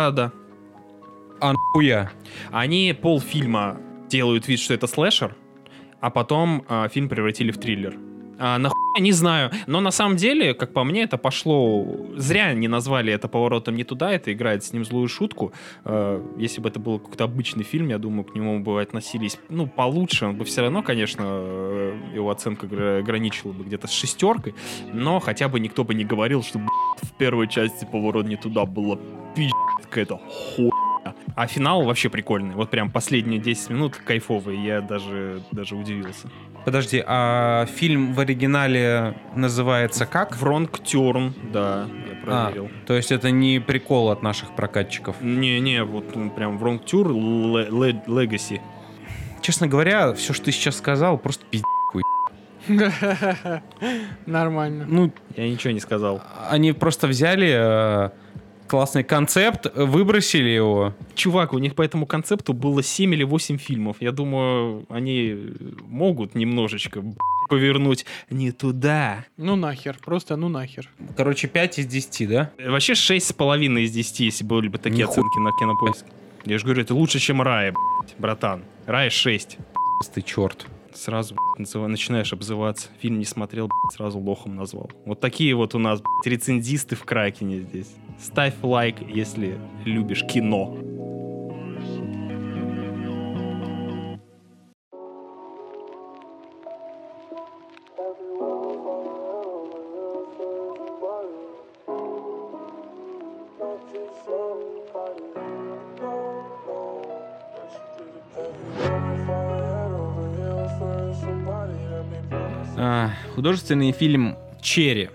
А нахуя? Они полфильма делают вид, что это слэшер, а потом фильм превратили в триллер. Нахуя, не знаю. Но на самом деле, как по мне, это пошло... Зря не назвали это «Поворотом не туда», это играет с ним злую шутку. Если бы это был какой-то обычный фильм, я думаю, к нему бы относились, получше. Он бы все равно, конечно, его оценка ограничила бы где-то с 6, но хотя бы никто бы не говорил, что в первой части «Поворот не туда» было какая-то хуйня. А финал вообще прикольный. Вот прям последние 10 минут кайфовые. Я даже удивился. Подожди, а фильм в оригинале называется как? Wrong Turn, да, я проверил. То есть это не прикол от наших прокатчиков? Не, вот прям Wrong Turn Legacy. честно говоря, все, что ты сейчас сказал, просто пиздец. Нормально. Ну, Я ничего не сказал. они просто взяли классный концепт, выбросили его. Чувак, у них по этому концепту было 7 или 8 фильмов. Я думаю, они могут немножечко повернуть не туда. Ну нахер, просто ну нахер. Короче, 5 из 10, да? Вообще 6,5 из 10, если были бы такие Нихуя. оценки на Кинопоиске. Я же говорю, это лучше, чем Рая, братан. Рая 6. Ты черт. Сразу начинаешь обзываться. Фильм не смотрел, сразу лохом назвал. Вот такие вот у нас рецензисты в Кракене здесь. Ставь лайк, если любишь кино. Художественный фильм «Черри».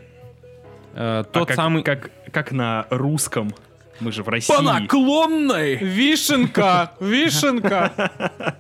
Тот самый... Как на русском. Мы же в России. По наклонной! Вишенка! Вишенка!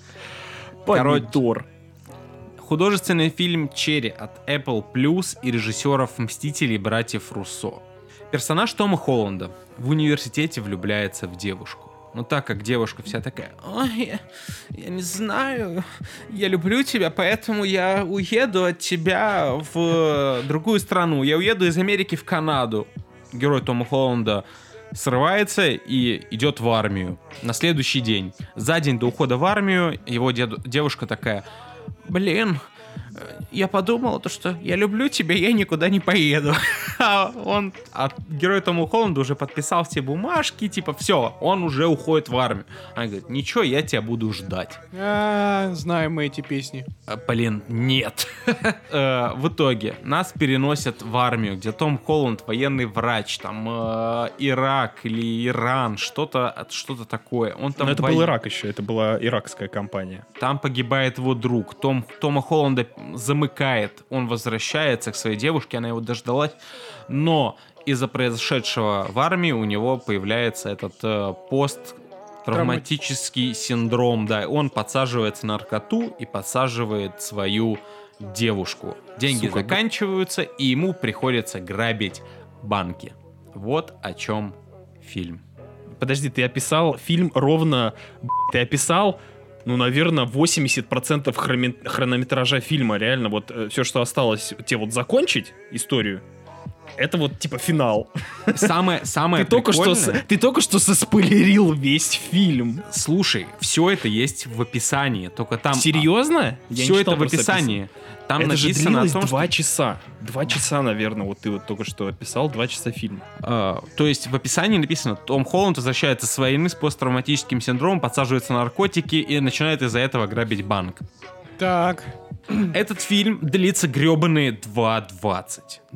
Помидор. Художественный фильм «Черри» от Apple Plus и режиссеров «Мстителей» братьев Руссо. Персонаж Тома Холланда в университете влюбляется в девушку. Но так как девушка вся такая: «Ой, я не знаю, я люблю тебя, поэтому я уеду от тебя в другую страну. Я уеду из Америки в Канаду». Герой Тома Холланда срывается и идет в армию. На следующий день, за день до ухода в армию, его девушка такая: «Блин, я подумала, что я люблю тебя, я никуда не поеду». А герой Тома Холланда уже подписал все бумажки, типа, все, он уже уходит в армию. Она говорит: «Ничего, я тебя буду ждать». Знаем мы эти песни. Блин, нет. В итоге нас переносят в армию, где Том Холланд военный врач, там Ирак или Иран, что-то такое. Он там Но это был Ирак еще, это была иракская компания. Там погибает его друг. Тома Холланда замыкает. Он возвращается к своей девушке, она его дождалась. Но из-за произошедшего в армии у него появляется этот посттравматический синдром. Да, он подсаживается на наркоту и подсаживает свою девушку. Деньги заканчиваются, и ему приходится грабить банки. Вот о чем фильм. Подожди, ты описал фильм ровно... Ты описал, ну, наверное, 80% хронометража фильма. Реально, вот все, что осталось тебе вот закончить историю, это вот типа финал. Самое Ты только что соспойлерил весь фильм. Слушай, все это есть в описании, только там... Серьезно? Все это в описании. Там это же написано длилось о том, 2 часа. 2 часа, наверное, вот ты вот только что описал 2 часа фильма. То есть в описании написано: Том Холланд возвращается с войны с посттравматическим синдромом, подсаживается на наркотики и начинает из-за этого грабить банк. Так. Этот фильм длится гребаные 2:20.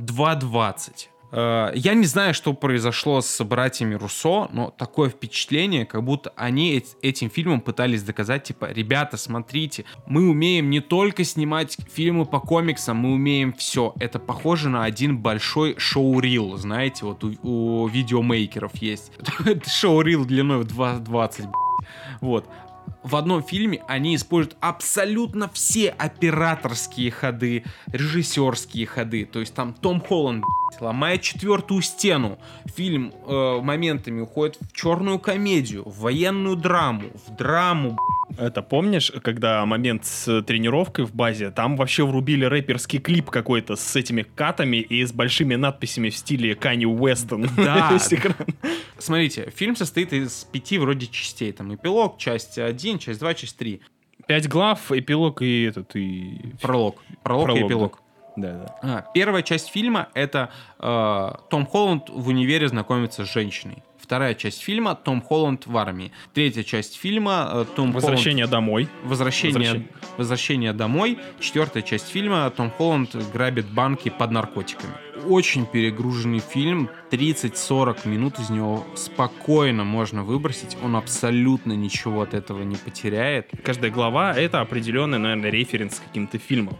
2:20. Я не знаю, что произошло с братьями Руссо, но такое впечатление, как будто они этим фильмом пытались доказать, типа: ребята, смотрите, мы умеем не только снимать фильмы по комиксам, мы умеем все. Это похоже на один большой шоу-рил, знаете, вот у видеомейкеров есть. Шоу-рил длиной в 2:20, вот. В одном фильме они используют абсолютно все операторские ходы, режиссерские ходы. То есть там Том Холланд ломает 4-ю стену. Фильм моментами уходит в черную комедию, в военную драму, в драму. Это помнишь, когда момент с тренировкой в базе, там вообще врубили рэперский клип какой-то с этими катами и с большими надписями в стиле Kanye Weston. Да. Смотрите, фильм состоит из 5 вроде частей. Там эпилог, часть 1, часть 2, часть 3. 5 глав, эпилог и Пролог. Пролог и эпилог. Да. Первая часть фильма — это Том Холланд в универе знакомится с женщиной. Вторая часть фильма — Том Холланд в армии. Третья часть фильма — Том Возвращение домой. Возвращение домой. Четвертая часть фильма — Том Холланд грабит банки под наркотиками. Очень перегруженный фильм. 30-40 минут из него спокойно можно выбросить. Он абсолютно ничего от этого не потеряет. Каждая глава — это определенный, наверное, референс к каким-то фильмам.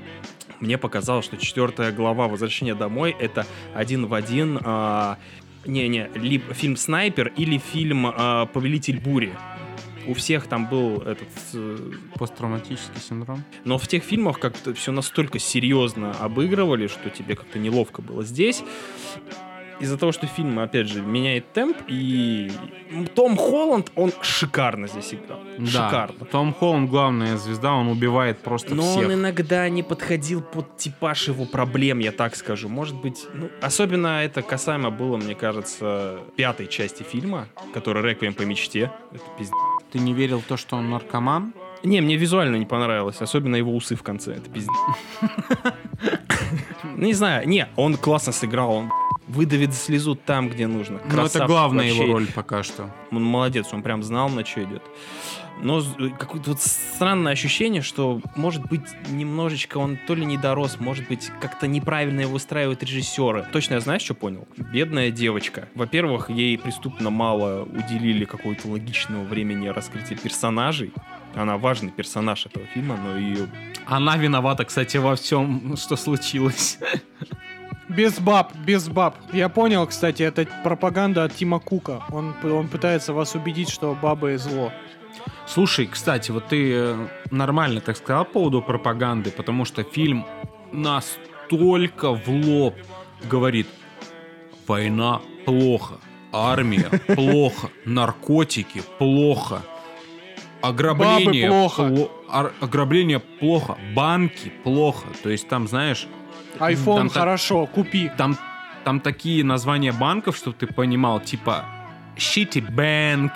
Мне показалось, что 4 глава «Возвращение домой» — это один в один... либо фильм «Снайпер» или фильм «Повелитель бури». у всех там был этот... Посттравматический синдром. Но в тех фильмах как-то все настолько серьезно обыгрывали, что тебе как-то неловко было. Здесь из-за того, что фильм, опять же, меняет темп, и Том Холланд, он шикарно здесь играл. Да, Шикарно. Том Холланд главная звезда, он убивает просто Но всех. он иногда не подходил под типаж его проблем, я так скажу. Может быть, особенно это касаемо было, мне кажется, 5-й части фильма, который «Реквием по мечте». Это пиздец. Ты не верил в то, что он наркоман? Не, мне визуально не понравилось, особенно его усы в конце. Это пиздец. Не знаю, он классно сыграл, он выдавит слезу там, где нужно. Ну, это главная его роль пока что. Он молодец, он прям знал, на что идет. Но какое-то вот странное ощущение, что, может быть, немножечко он то ли не дорос, может быть, как-то неправильно его выстраивают режиссеры. Точно я знаешь, что понял? Бедная девочка. Во-первых, ей преступно мало уделили какого-то логичного времени раскрытия персонажей. Она важный персонаж этого фильма, но ее... Она виновата, кстати, во всем, что случилось. Без баб. Я понял, кстати, это пропаганда от Тима Кука. Он пытается вас убедить, что бабы зло. Слушай, кстати, вот ты нормально так сказал по поводу пропаганды, потому что фильм настолько в лоб говорит: война плохо, армия плохо, наркотики плохо, ограбление бабы плохо, ограбление плохо, банки плохо. То есть там, знаешь... Айфон там хорошо, купи. Там такие названия банков, чтобы ты понимал, типа Shitty Bank,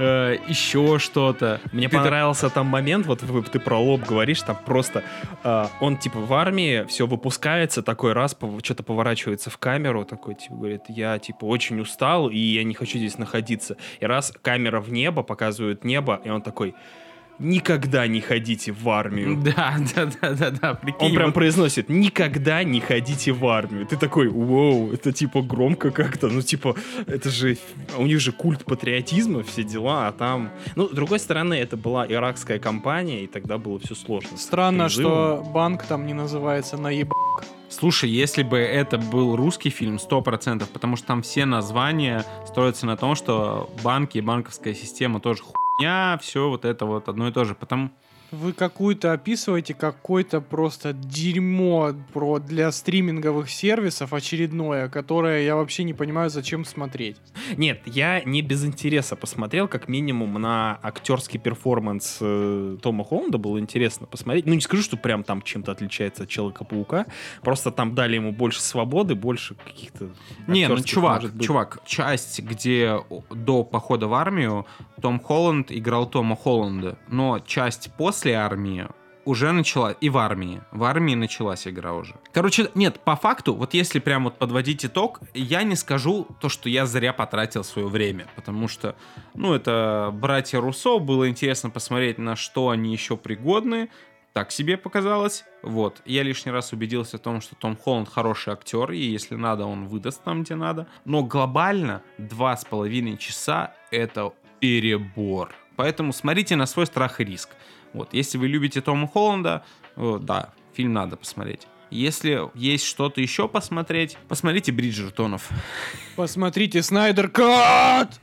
еще что-то. Мне понравился там момент, вот ты про лоб говоришь, там просто он типа в армии, все выпускается, такой раз что-то поворачивается в камеру, такой типа говорит: я типа очень устал и я не хочу здесь находиться. И раз камера в небо, показывает небо, и он такой: никогда не ходите в армию. Да, прикинь. Он прям произносит: никогда не ходите в армию. Ты такой: вау, это типа громко как-то, ну типа, это же, у них же культ патриотизма, все дела, а там... Ну, с другой стороны, это была иракская компания, и тогда было все сложно. Странно, что банк там не называется наебак. Слушай, если бы это был русский фильм, 100%, потому что там все названия строятся на том, что банки и банковская система тоже хуйня, все вот это вот одно и то же. Потому... Вы какую-то описываете какое-то просто дерьмо для стриминговых сервисов очередное, которое я вообще не понимаю, зачем смотреть. Нет, я не без интереса посмотрел, как минимум на актерский перформанс Тома Холланда было интересно посмотреть. Ну, не скажу, что прям там чем-то отличается от Человека-паука, просто там дали ему больше свободы, больше каких-то... Не, ну, чувак, часть, где до похода в армию Том Холланд играл Тома Холланда, но часть после армии уже начала, и в армии началась игра уже. Короче, нет, по факту, вот если прям вот подводить итог, я не скажу то, что я зря потратил свое время, потому что, ну, это братья Руссо, было интересно посмотреть, на что они еще пригодны, так себе показалось, вот. Я лишний раз убедился в том, что Том Холланд хороший актер, и если надо, он выдаст там, где надо, но глобально 2,5 часа это перебор. Поэтому смотрите на свой страх и риск. Вот, если вы любите Тома Холланда, да, фильм надо посмотреть. Если есть что-то еще посмотреть, посмотрите «Бриджертонов». Посмотрите «Снайдер Кат».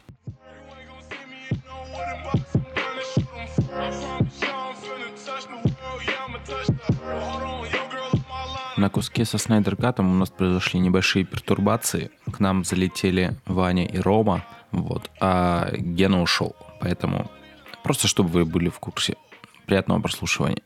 На куске со Снайдер Катом у нас произошли небольшие пертурбации. К нам залетели Ваня и Рома, вот, а Гена ушел. Поэтому просто чтобы вы были в курсе. Приятного прослушивания.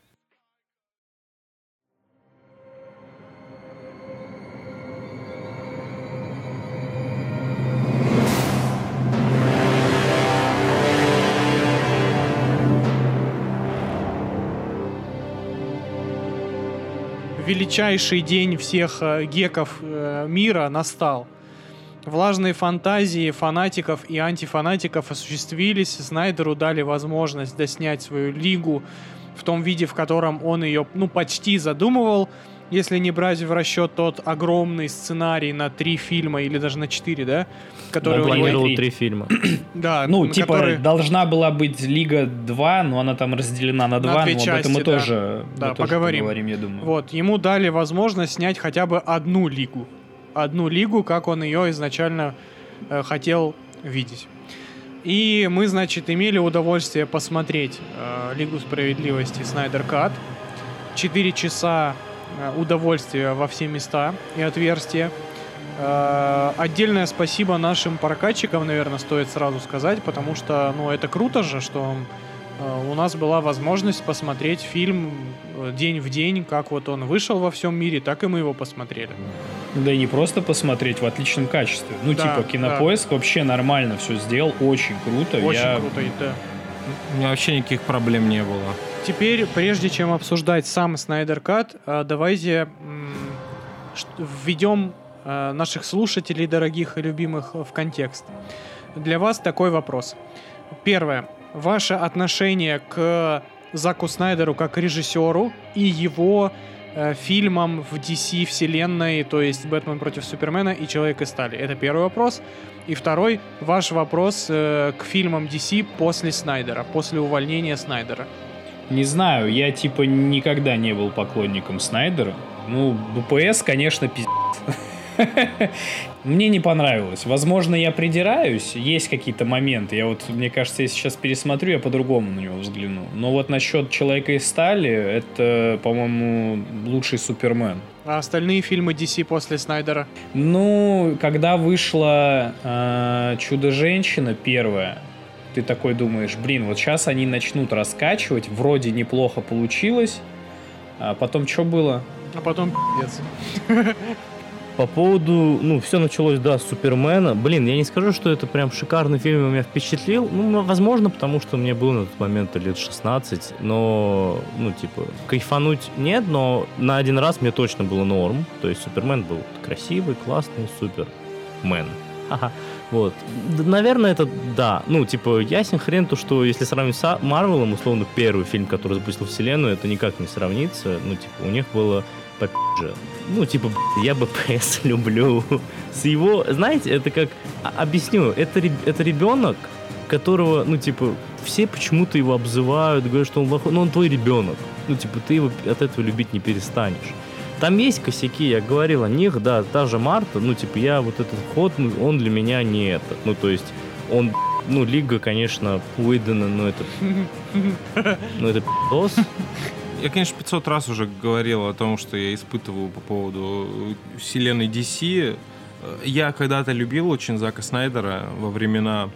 Величайший день всех геков мира настал. Влажные фантазии фанатиков и антифанатиков осуществились. Снайдеру дали возможность доснять свою лигу в том виде, в котором он ее, почти задумывал. Если не брать в расчет тот огромный сценарий на 3 фильма, или даже на 4, да? Который он планировал 3 3 фильма. Да, должна была быть Лига 2, но она там разделена на 2, но об этом мы тоже поговорим, я думаю. Вот, ему дали возможность снять хотя бы одну лигу, как он ее изначально хотел видеть. И мы, значит, имели удовольствие посмотреть «Лигу справедливости» Снайдер Кат. 4 часа удовольствия во все места и отверстия. Отдельное спасибо нашим прокатчикам, наверное, стоит сразу сказать, потому что, ну, это круто же, что у нас была возможность посмотреть фильм день в день, как вот он вышел во всем мире, так и мы его посмотрели. Да и не просто посмотреть, в отличном качестве. Ну, да, типа, Кинопоиск вообще нормально все сделал, очень круто. Очень круто, да. У меня вообще никаких проблем не было. Теперь, прежде чем обсуждать сам Снайдер Кат, давайте введем наших слушателей, дорогих и любимых, в контекст. Для вас такой вопрос. Первое. Ваше отношение к Заку Снайдеру как режиссеру и его фильмам в DC вселенной, то есть «Бэтмен против Супермена» и «Человек из стали». Это первый вопрос. И второй, ваш вопрос к фильмам DC после Снайдера, после увольнения Снайдера. Не знаю, я типа никогда не был поклонником Снайдера. Ну, ДПС, конечно, пиздец. Мне не понравилось. Возможно, я придираюсь, есть какие-то моменты. Я вот, мне кажется, если сейчас пересмотрю, я по-другому на него взгляну. Но вот насчет «Человека из стали», это, по-моему, лучший Супермен. А остальные фильмы DC после Снайдера? Ну, когда вышла «Чудо-женщина» первая, ты такой думаешь, блин, вот сейчас они начнут раскачивать, вроде неплохо получилось, а потом что было? А потом пиздец. По поводу, ну, все началось, да, с Супермена. Блин, я не скажу, что это прям шикарный фильм, меня впечатлил. Ну, возможно, потому что мне было на тот момент лет 16, но, ну, типа, кайфануть нет, но на один раз мне точно было норм. То есть Супермен был красивый, классный, Супермен. Ага. Вот. Наверное, это да. Ну, типа, ясен хрен то, что если сравнивать с Марвелом, условно, первый фильм, который запустил вселенную, это никак не сравнится. Ну, типа, у них было попизже. Ну, типа, я БПС люблю. С его, знаете, это как... Объясню, это ребенок, которого, ну, типа, все почему-то его обзывают, говорят, что он плохой, но он твой ребенок. Ну, типа, ты его от этого любить не перестанешь. Там есть косяки, я говорил о них, да, та же Марта, ну, типа, я вот этот ход, он для меня не это. Ну, то есть, он, ну, Лига, конечно, Уэйдена, но это... Ну, это пи***ос. Я, конечно, 500 раз уже говорил о том, что я испытываю по поводу вселенной DC. Я когда-то любил очень Зака Снайдера во времена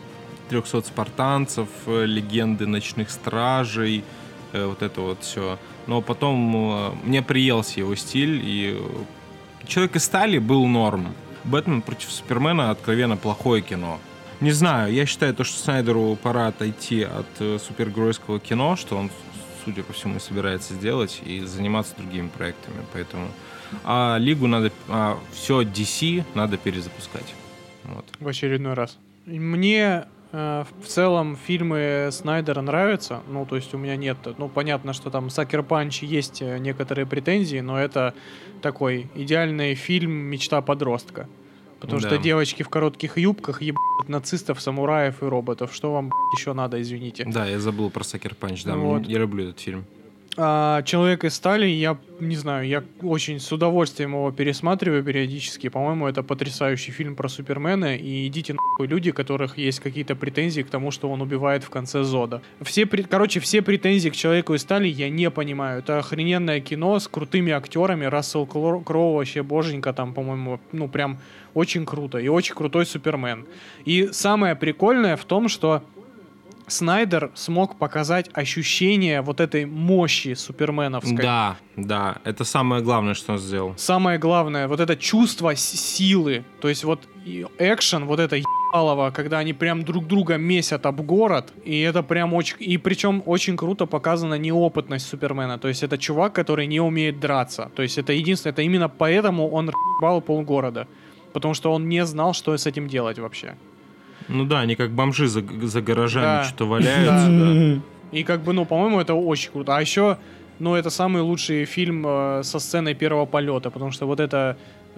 300 спартанцев, легенды ночных стражей, вот это вот все. Но потом мне приелся его стиль, и «Человек из стали» был норм. «Бэтмен против Супермена» откровенно плохое кино. Не знаю, я считаю, что Снайдеру пора отойти от супергеройского кино, что он, судя по всему, собирается сделать, и заниматься другими проектами. Поэтому Лигу надо... все DC надо перезапускать. Вот. В очередной раз. Мне в целом фильмы Снайдера нравятся. Ну, то есть у меня нет... Ну, понятно, что там Сакер Панч есть некоторые претензии, но это такой идеальный фильм «Мечта подростка». Потому что девочки в коротких юбках ебут нацистов, самураев и роботов. Что вам еще надо, извините? Да, я забыл про Сакер Панч, да, вот. Я люблю этот фильм. «Человек из стали», я не знаю, я очень с удовольствием его пересматриваю периодически. По-моему, это потрясающий фильм про Супермена. И идите нахуй люди, у которых есть какие-то претензии к тому, что он убивает в конце Зода. Все претензии к «Человеку из стали» я не понимаю. Это охрененное кино с крутыми актерами. Рассел Кроу вообще боженька там, по-моему, ну прям очень круто. И очень крутой Супермен. И самое прикольное в том, что Снайдер смог показать ощущение вот этой мощи суперменовской. Да, это самое главное, что он сделал. Самое главное, вот это чувство силы, то есть вот экшен, вот это ебалово, когда они прям друг друга месят об город, и это прям очень... И причем очень круто показана неопытность Супермена, то есть это чувак, который не умеет драться, то есть это единственное, это именно поэтому он ебал полгорода, потому что он не знал, что с этим делать вообще. Ну да, они как бомжи за гаражами что-то валяются. Да. И как бы, ну, по-моему, это очень круто. А еще, ну, это самый лучший фильм со сценой первого полета, потому что вот это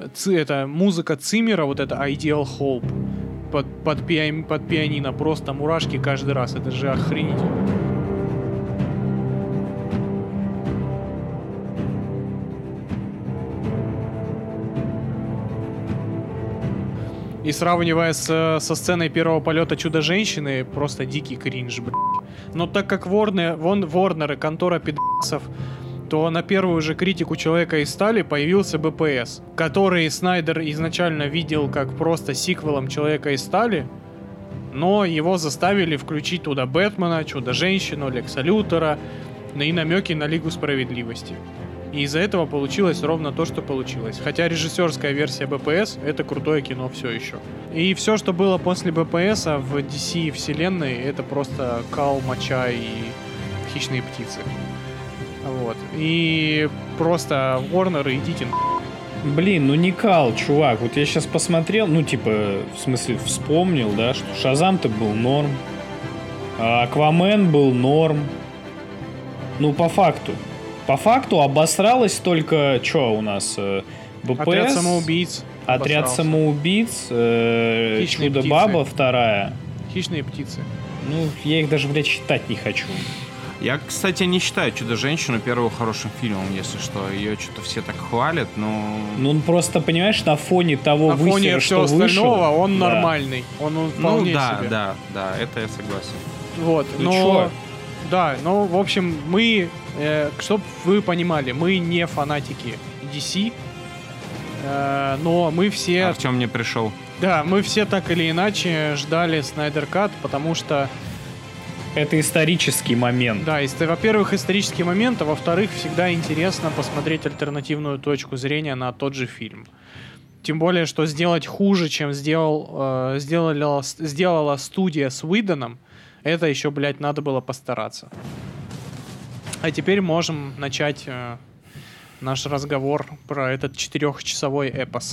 музыка Циммера, вот это Ideal Hope под пианино, просто мурашки каждый раз. Это же охренительно. И сравнивая со сценой первого полета Чудо-женщины, просто дикий кринж, блядь. Но так как Ворнер и контора пидасов, то на первую же критику Человека из стали появился БПС, который Снайдер изначально видел как просто сиквелом Человека из стали, но его заставили включить туда Бэтмена, Чудо-женщину, Лекса Лютера и намеки на Лигу Справедливости. И из-за этого получилось ровно то, что получилось. Хотя режиссерская версия БПС — это крутое кино все еще. И все, что было после БПСа в DC вселенной, это просто кал, моча и хищные птицы. Вот. И просто Warner, идите на... Блин, ну не кал, чувак. Вот я сейчас посмотрел, ну типа, в смысле, вспомнил, да, что Шазам-то был норм, а Аквамен был норм. Ну, по факту. По факту обосралось только, что у нас, БПС, Отряд самоубийц. Отряд обосрался. самоубийц, Хищные Чудо-баба птицы. 2. Хищные птицы. Ну, я их даже, блядь, считать не хочу. Я, кстати, не считаю «Чудо-женщину» первым хорошим фильмом, если что. Ее что-то все так хвалят, но... Ну, он просто, понимаешь, на фоне того На фоне высера, всего что остального вышел, он да. нормальный. Он Ну вполне да, себе. да, это я согласен. Вот, Ну но... чё? Да, ну, в общем, мы, чтоб вы понимали, мы не фанатики DC, но мы все... Артем не пришел. Да, мы все так или иначе ждали Снайдер Кат, потому что, Это исторический момент. да, во-первых, исторический момент, а во-вторых, всегда интересно посмотреть альтернативную точку зрения на тот же фильм. Тем более, что сделать хуже, чем сделала студия с Уидоном, это еще, блядь, надо было постараться. А теперь можем начать наш разговор про этот 4-часовой эпос.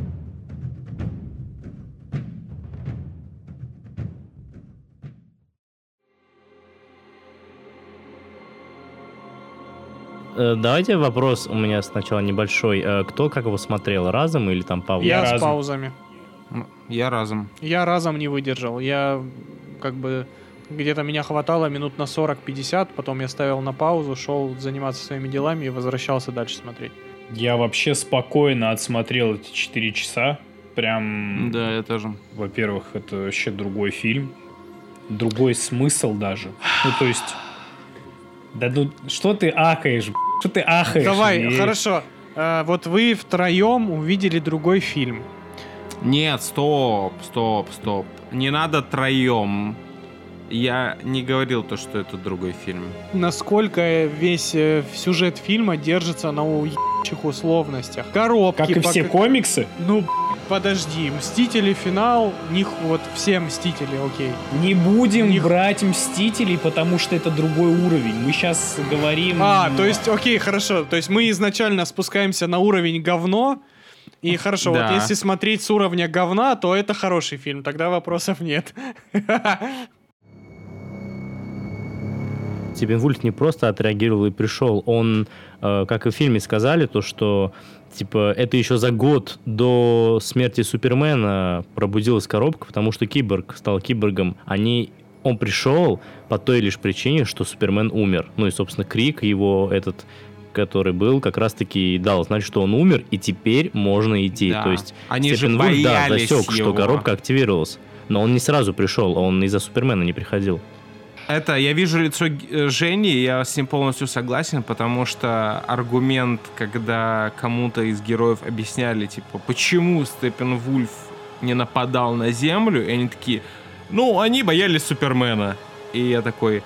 Давайте вопрос у меня сначала небольшой. Кто как его смотрел? Разом или там по... Я с разом. паузами. Я разом. Я разом не выдержал. Я как бы где-то меня хватало минут на 40-50, потом я ставил на паузу, шел заниматься своими делами и возвращался дальше смотреть. Я вообще спокойно отсмотрел эти 4 часа. Прям, Да, я тоже. во-первых, это вообще другой фильм. Другой смысл даже. Ну, то есть... Да ну, что ты ахаешь, б***? Что ты ахаешь? Давай, И- хорошо. Вот вы втроем увидели другой фильм. Нет, стоп. Не надо троем. Я не говорил то, что это другой фильм. Насколько весь сюжет фильма держится на уебчих условностях. Коробки. Как и все комиксы, Ну, подожди. Мстители финал. Вот все Мстители, окей. не будем Них- брать Мстителей, потому что это другой уровень. Мы сейчас говорим... То есть, окей, хорошо. То есть мы изначально спускаемся на уровень говно. И хорошо, Да. вот если смотреть с уровня говна, то это хороший фильм. Тогда вопросов нет. Стивенвольф не просто отреагировал и пришел. Он, как и в фильме сказали, то, что типа это еще за год до смерти Супермена пробудилась коробка, потому что Киборг стал киборгом. Он пришел по той лишь причине, что Супермен умер. Ну и, собственно, крик его этот, который был, как раз-таки дал знать, что он умер, и теперь можно идти. Да. То есть Они же Стивенвольф, боялись засек, что его. коробка активировалась. Но он не сразу пришел, он из-за Супермена не приходил. Я вижу лицо Жени, и я с ним полностью согласен, потому что аргумент, когда кому-то из героев объясняли, типа, почему Степенвульф не нападал на Землю, и они такие, они боялись Супермена. И я такой,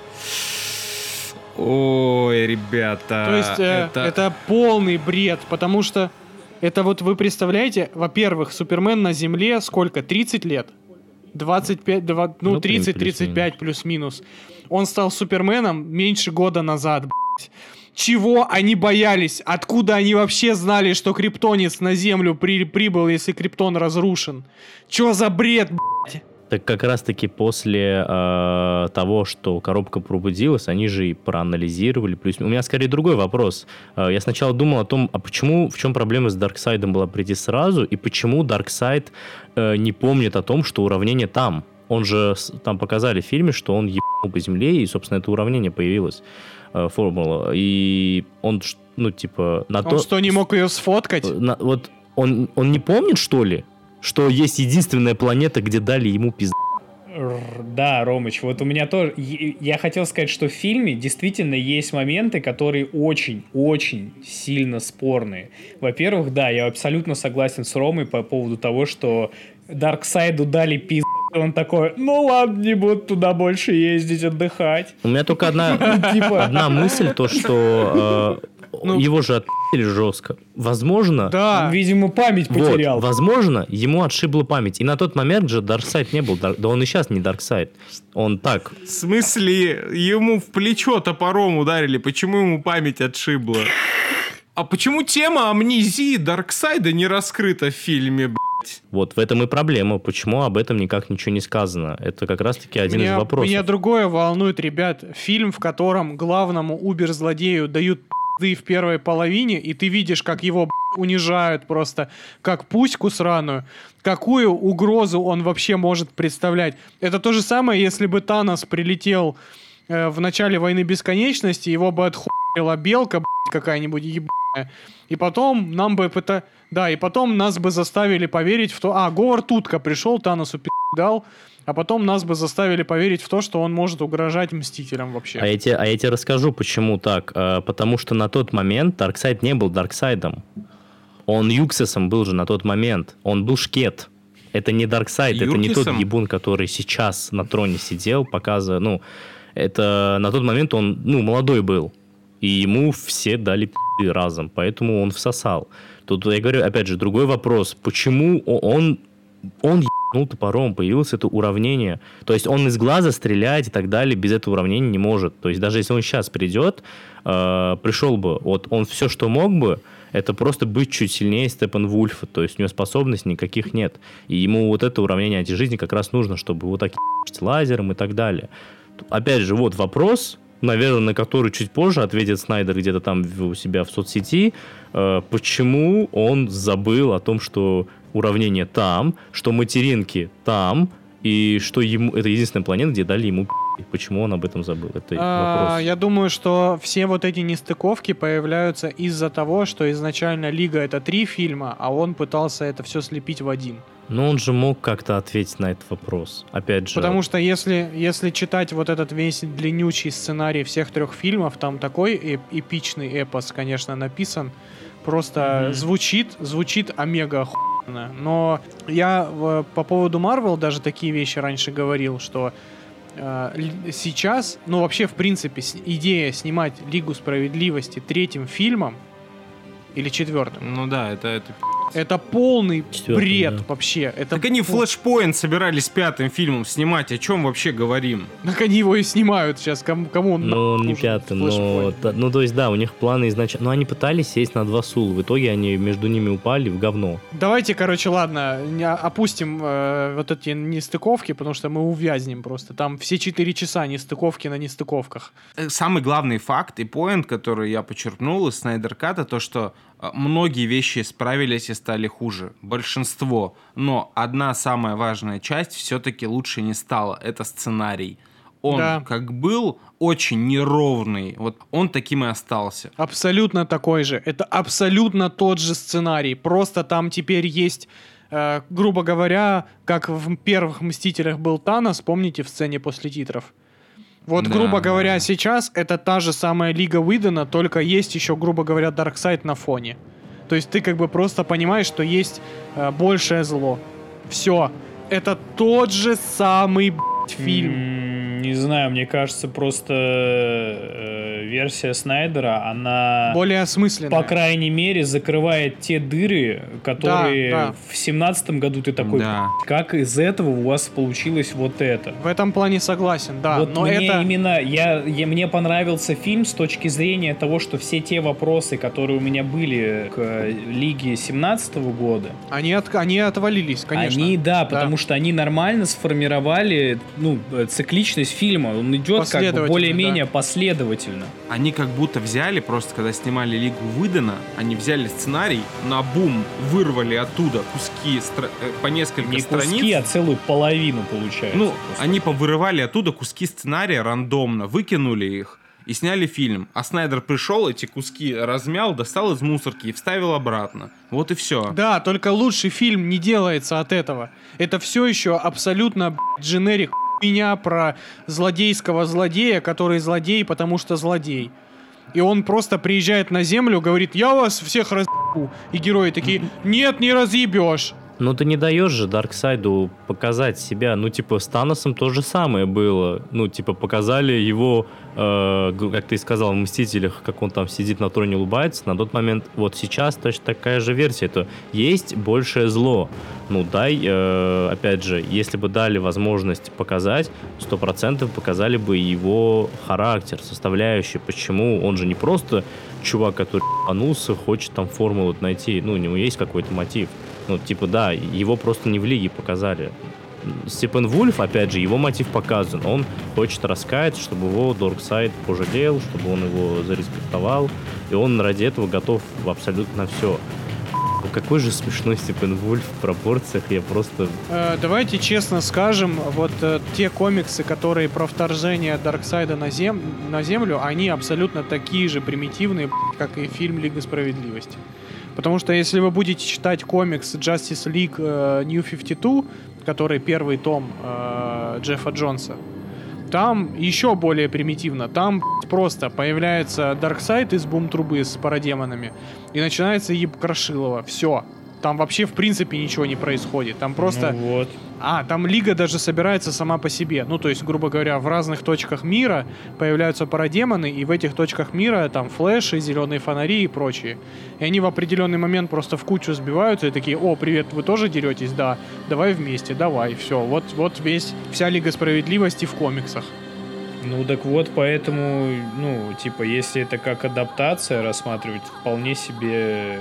ой, ребята. То есть это полный бред, потому что это вот вы представляете, во-первых, Супермен на Земле сколько? 30 лет? 25, 30-35 плюс-минус. Он стал Суперменом меньше года назад, блядь. Чего они боялись? Откуда они вообще знали, что криптонец на Землю прибыл, если Криптон разрушен? Чё за бред, блядь? Так как раз-таки после того, что коробка пробудилась, они же и проанализировали. Плюс... У меня скорее другой вопрос. Я сначала думал о том, в чем проблема с Дарксайдом была прийти сразу, и почему Дарксайд не помнит о том, что уравнение там. Он же, там показали в фильме, что он ебал по земле, и, собственно, это уравнение появилось, формула. И он, на Он то... что, не мог ее сфоткать? Он не помнит, что ли? что есть единственная планета, где дали ему пизд. Да, Ромыч, вот у меня тоже... Я хотел сказать, что в фильме действительно есть моменты, которые очень-очень сильно спорные. Во-первых, да, я абсолютно согласен с Ромой по поводу того, что Дарксайду дали пизд. Он такой, ну ладно, не буду туда больше ездить, отдыхать. У меня только одна мысль, то, что его же отпили жестко. Возможно... Да. Он, видимо, память потерял. Вот, возможно, ему отшибла память. И на тот момент же Дарксайд не был. Да он и сейчас не Дарксайд. Он так. В смысле, ему в плечо топором ударили, почему ему память отшибла? А почему тема амнезии Дарксайда не раскрыта в фильме, блядь? Вот в этом и проблема. Почему об этом никак ничего не сказано? Это как раз-таки один из вопросов. Меня другое волнует, ребят. Фильм, в котором главному убер-злодею дают пизды в первой половине, и ты видишь, как его унижают просто, как пуську сраную. Какую угрозу он вообще может представлять? Это то же самое, если бы Танос прилетел в начале «Войны бесконечности», его бы отхуела белка, какая-нибудь ебаная. И потом нам бы и потом нас бы заставили поверить в то... Говард Утка пришел, Таносу дал, а потом нас бы заставили поверить в то, что он может угрожать Мстителям вообще. А я тебе расскажу, почему так. Потому что на тот момент Дарксайд не был Дарксайдом. Он Юксесом был же на тот момент. Он был Шкет. Это не Дарксайд, это не тот ебун, который сейчас на троне сидел, показывая... это на тот момент он, молодой был. И ему все дали пи***ы разом, поэтому он всосал. Тут я говорю, опять же, другой вопрос. Почему он ебнул топором, появилось это уравнение? То есть он из глаза стрелять и так далее без этого уравнения не может. То есть даже если он сейчас придет, пришел бы, вот он все, что мог бы, это просто быть чуть сильнее Степенвульфа. То есть у него способностей никаких нет. И ему вот это уравнение антижизни как раз нужно, чтобы вот так ебать лазером и так далее. Опять же, вот вопрос... наверное, на который чуть позже ответит Снайдер где-то там у себя в соцсети, почему он забыл о том, что уравнение там, что материнки там, и что ему это единственная планета, где дали ему пи***. Почему он об этом забыл? Это вопрос. Я думаю, что все вот эти нестыковки появляются из-за того, что изначально Лига — это 3 фильма, а он пытался это все слепить в один. Но он же мог как-то ответить на этот вопрос. Опять же... Потому что если читать вот этот весь длиннючий сценарий всех 3 фильмов, там такой эпичный эпос, конечно, написан. Просто звучит омега охуенно. Но я по поводу Marvel даже такие вещи раньше говорил, что сейчас, вообще, в принципе, идея снимать Лигу Справедливости 3-м фильмом или 4-м. Ну да, это полный 4-м, бред да. вообще. Так они Flashpoint собирались 5-м фильмом снимать, о чем вообще говорим? Так они его и снимают сейчас, кому он он не нужен, 5-м, Flashpoint? то есть, да, у них планы изначально... Но они пытались сесть на 2 стула, в итоге они между ними упали в говно. Давайте, ладно, опустим вот эти нестыковки, потому что мы увязнем просто. Там все 4 часа нестыковки на нестыковках. Самый главный факт и поинт, который я почерпнул из Снайдер Ката, то, что многие вещи исправились и стали хуже. Большинство. Но одна самая важная часть все-таки лучше не стала. Это сценарий. Он как был очень неровный. Вот он таким и остался. Абсолютно такой же. Это абсолютно тот же сценарий. Просто там теперь есть, грубо говоря, как в первых «Мстителях» был Танос, помните, в сцене после титров? Вот, грубо говоря, сейчас это та же самая Лига Уидона, только есть еще, грубо говоря, Дарксайд на фоне. То есть ты как бы просто понимаешь, что есть большее зло. Все. Это тот же самый, фильм. Не знаю, мне кажется, просто версия Снайдера, она... более осмысленная. По крайней мере, закрывает те дыры, которые в 17-м году ты такой, как из этого у вас получилось вот это. В этом плане согласен, да. Вот но мне это... именно, мне понравился фильм с точки зрения того, что все те вопросы, которые у меня были к Лиге 17-го года... Они отвалились, конечно. Потому что они нормально сформировали, цикличность фильма. Он идет как бы более-менее последовательно. Они как будто взяли, просто когда снимали Лигу Уидона, они взяли сценарий, набум вырвали оттуда куски по несколько страниц. Не куски, а целую половину получается. Они повырывали оттуда куски сценария рандомно, выкинули их и сняли фильм. А Снайдер пришел, эти куски размял, достал из мусорки и вставил обратно. Вот и все. Да, только лучший фильм не делается от этого. Это все еще абсолютно дженерик хуйня про злодейского злодея, который злодей, потому что злодей. И он просто приезжает на Землю, говорит: я вас всех разъебу. И герои такие: нет, не разъебешь. Ну ты не даешь же Дарксайду показать себя. Ну типа с Таносом то же самое было. Ну типа показали его, как ты сказал, в Мстителях, как он там сидит на троне, улыбается. На тот момент, вот сейчас точно такая же версия. То есть большее зло. Ну дай, опять же, если бы дали возможность показать, 100% показали бы его характер, составляющие. Почему? Он же не просто чувак, который ебанулся, хочет там формулу найти. Ну у него есть какой-то мотив. Ну, типа, да, его просто не в лиге показали. Степенвульф, опять же, его мотив показан. Он хочет раскаяться, чтобы его Дарксайд пожалел, чтобы он его зареспектовал. И он ради этого готов абсолютно на все. Какой же смешной Степенвульф в пропорциях, я просто... Давайте честно скажем, вот те комиксы, которые про вторжение Дарксайда на Землю, они абсолютно такие же примитивные, как и фильм «Лига справедливости». Потому что если вы будете читать комикс Justice League New 52, который первый том Джеффа Джонса, там еще более примитивно. Там просто появляется Дарксайд из бум-трубы с парадемонами, и начинается еб-крошилово. Все. Там вообще в принципе ничего не происходит. Там просто... Ну вот. Там Лига даже собирается сама по себе. Ну, то есть, грубо говоря, в разных точках мира появляются парадемоны, и в этих точках мира там флеши, зеленые фонари и прочие. И они в определенный момент просто в кучу сбиваются и такие: о, привет, вы тоже деретесь? Да, давай вместе, давай, все. Вот вся Лига справедливости в комиксах. Ну так вот, поэтому, ну, типа, если это как адаптация рассматривать, вполне себе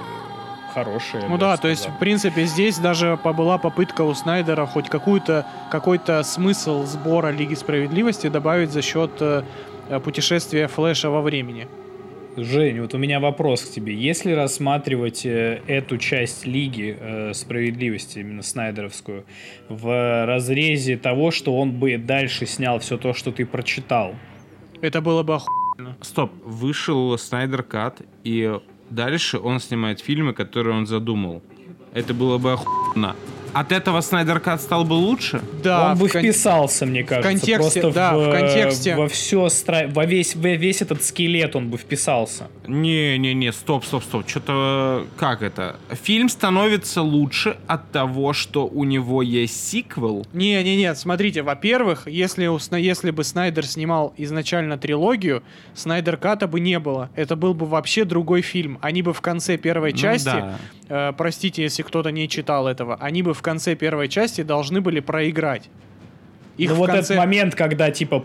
хорошая. Ну да, то есть, в принципе, здесь даже была попытка у Снайдера хоть какой-то смысл сбора Лиги Справедливости добавить за счет путешествия Флэша во времени. Жень, вот у меня вопрос к тебе. Если рассматривать эту часть Лиги Справедливости, именно снайдеровскую, в разрезе того, что он бы дальше снял все то, что ты прочитал. Это было бы охуенно. Стоп, вышел Снайдер Кат, и дальше он снимает фильмы, которые он задумал. Это было бы охуенно. От этого Снайдер Кат стал бы лучше? Да, он бы вписался, мне кажется. В контексте, просто да, в контексте. Во все, во весь этот скелет он бы вписался. Не, стоп. Что-то... Как это? Фильм становится лучше от того, что у него есть сиквел? Не, смотрите, во-первых, если бы Снайдер снимал изначально трилогию, Снайдер Ката бы не было. Это был бы вообще другой фильм. Они бы в конце первой части... Да. Простите, если кто-то не читал этого, они бы в конце первой части должны были проиграть. Ну вот этот момент, когда типа...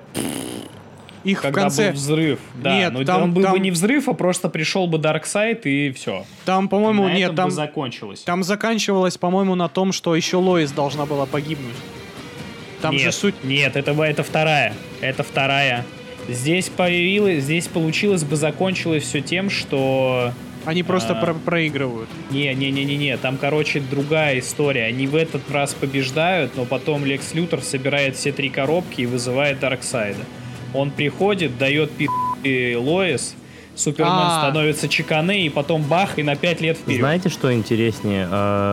Их когда в конце... был взрыв. Да, нет, но там, он был бы не взрыв, а просто пришел бы Дарксайд и все. Там, по-моему, на нет, этом там... бы закончилось. Там заканчивалось, по-моему, на том, что еще Лоис должна была погибнуть. Там нет, же суть... Нет, это вторая. Это вторая. Здесь получилось бы, закончилось все тем, что... Они просто проигрывают. Не, там, короче, другая история. Они в этот раз побеждают, но потом Лекс Лютер собирает все 3 коробки и вызывает Дарксайда. Он приходит, дает пи***и Лоис, Супермен становится чеканы, и потом бах, и на 5 лет вперед. Знаете, что интереснее?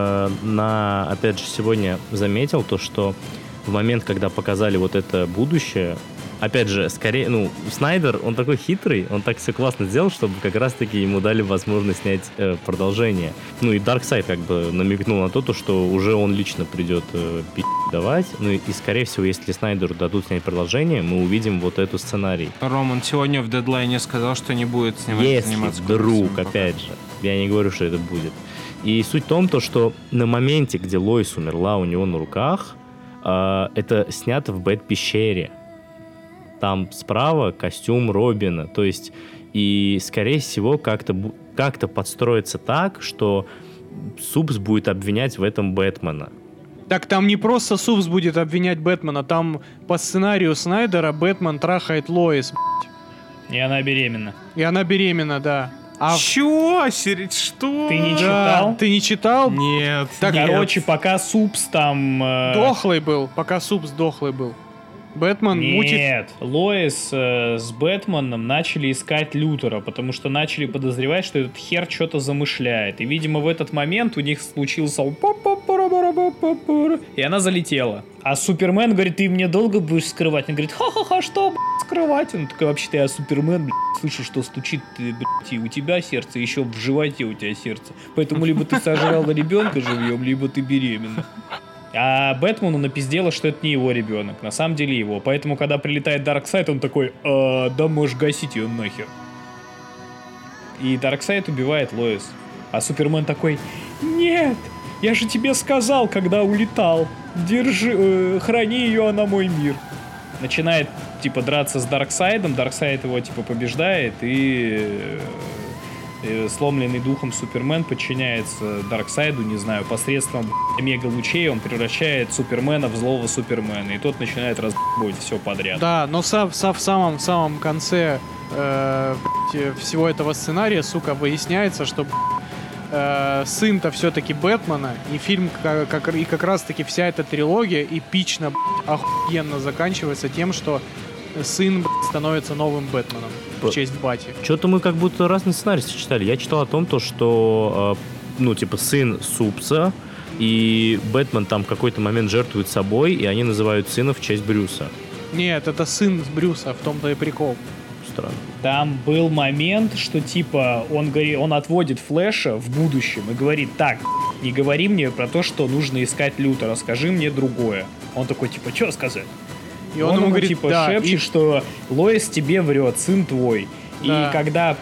Опять же, сегодня заметил то, что в момент, когда показали вот это будущее, опять же, скорее, Снайдер, он такой хитрый, он так все классно сделал, чтобы как раз-таки ему дали возможность снять продолжение. Ну и Дарксайд как бы намекнул на то, что уже он лично придет давать. Ну и, скорее всего, если Снайдеру дадут снять продолжение, мы увидим вот эту сценарий. Роман сегодня в Дедлайне сказал, что не будет заниматься если вдруг, опять же, я не говорю, что это будет. И суть в том, что на моменте, где Лоис умерла у него на руках, это снято в Бэт-пещере. Там справа костюм Робина. То есть, и, скорее всего, как-то подстроится так, что Супс будет обвинять в этом Бэтмена. Так там не просто Супс будет обвинять Бэтмена, там по сценарию Снайдера Бэтмен трахает Лоис, И она беременна. И она беременна, да. Чего? Что? Ты не читал? Ты не читал? Нет. Так, короче, пока Супс там... Дохлый был, пока Супс дохлый был. Бэтмен мутит... Нет, Лоис с Бэтменом начали искать Лютера, потому что начали подозревать, что этот хер что-то замышляет. И, видимо, в этот момент у них случился... И она залетела. А Супермен говорит, ты мне долго будешь скрывать? Он говорит, ха-ха-ха, что, блядь, скрывать? Он такой, вообще-то я Супермен, блядь, слышу, что стучит, блядь, и у тебя сердце, еще в животе у тебя сердце. Поэтому либо ты сожрала ребенка живьем, либо ты беременна. А Бэтмену напиздело, что это не его ребенок, на самом деле его. Поэтому, когда прилетает Дарксайд, он такой, да можешь гасить ее нахер. И Дарксайд убивает Лоис. А Супермен такой, нет, я же тебе сказал, когда улетал. Держи, храни ее на мой мир. Начинает, типа, драться с Дарксайдом. Дарксайд его, типа, побеждает. И сломленный духом Супермен подчиняется Дарксайду, не знаю, посредством омега-лучей он превращает Супермена в злого Супермена. И тот начинает разбивать все подряд. Да, но в самом конце всего этого сценария, сука, выясняется, что сын-то все-таки Бэтмена, и фильм, как раз-таки вся эта трилогия эпично, охуенно заканчивается тем, что сын становится новым Бэтменом в честь бати. Что-то мы как будто разные сценарии читали. Я читал о том, что, сын Супса, и Бэтмен там в какой-то момент жертвует собой, и они называют сына в честь Брюса. Нет, это сын Брюса, в том-то и прикол. Странно. Там был момент, что типа он отводит Флэша в будущем и говорит, так, не говори мне про то, что нужно искать Лютера, скажи мне другое. Он такой, типа, что сказать? И он ему говорит, типа, да, шепчет, что Лоис тебе врет, сын твой. Да. И когда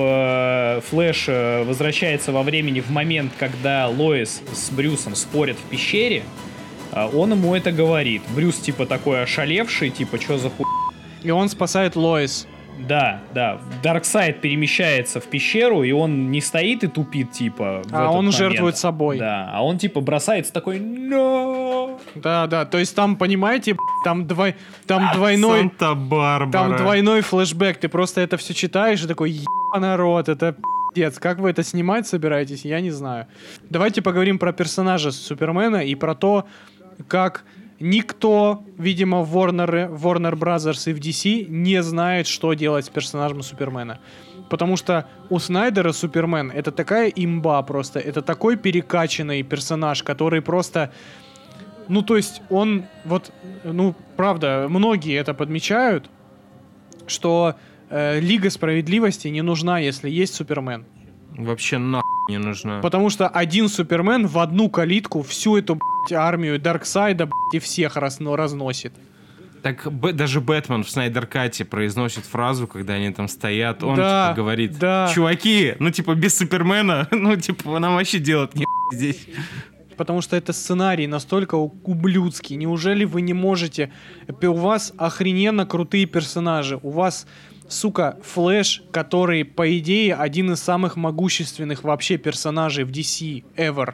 Флэш возвращается во времени в момент, когда Лоис с Брюсом спорят в пещере, он ему это говорит. Брюс типа такой ошалевший, типа, что за хуй? И он спасает Лоис. Да. Дарксайд перемещается в пещеру, и он не стоит и тупит, типа, в этот он момент. жертвует собой. Да, а он, типа, бросается такой, no! Да, то есть там, понимаете, там двойной... Санта-Барбара. Там двойной флешбэк, ты просто это все читаешь и такой, народ, это пиздец, как вы это снимать собираетесь, я не знаю. Давайте поговорим про персонажа Супермена и про то, как... Никто, видимо, в Warner Brothers и в DC не знает, что делать с персонажем Супермена. Потому что у Снайдера Супермен — это такая имба просто. Это такой перекачанный персонаж, который просто... Ну, то есть он... Вот, ну, правда, многие это подмечают, что Лига Справедливости не нужна, если есть Супермен. Вообще нахуй не нужна. Потому что один Супермен в одну калитку всю эту, армию Дарксайда, и всех разносит. Так даже Бэтмен в Снайдер-кате произносит фразу, когда они там стоят, он типа говорит, чуваки, ну типа без Супермена, ну типа нам вообще делать не здесь. Потому что это сценарий настолько ублюдский. Неужели вы не можете... У вас охрененно крутые персонажи. У вас, сука, Флэш, который, по идее, один из самых могущественных вообще персонажей в DC ever.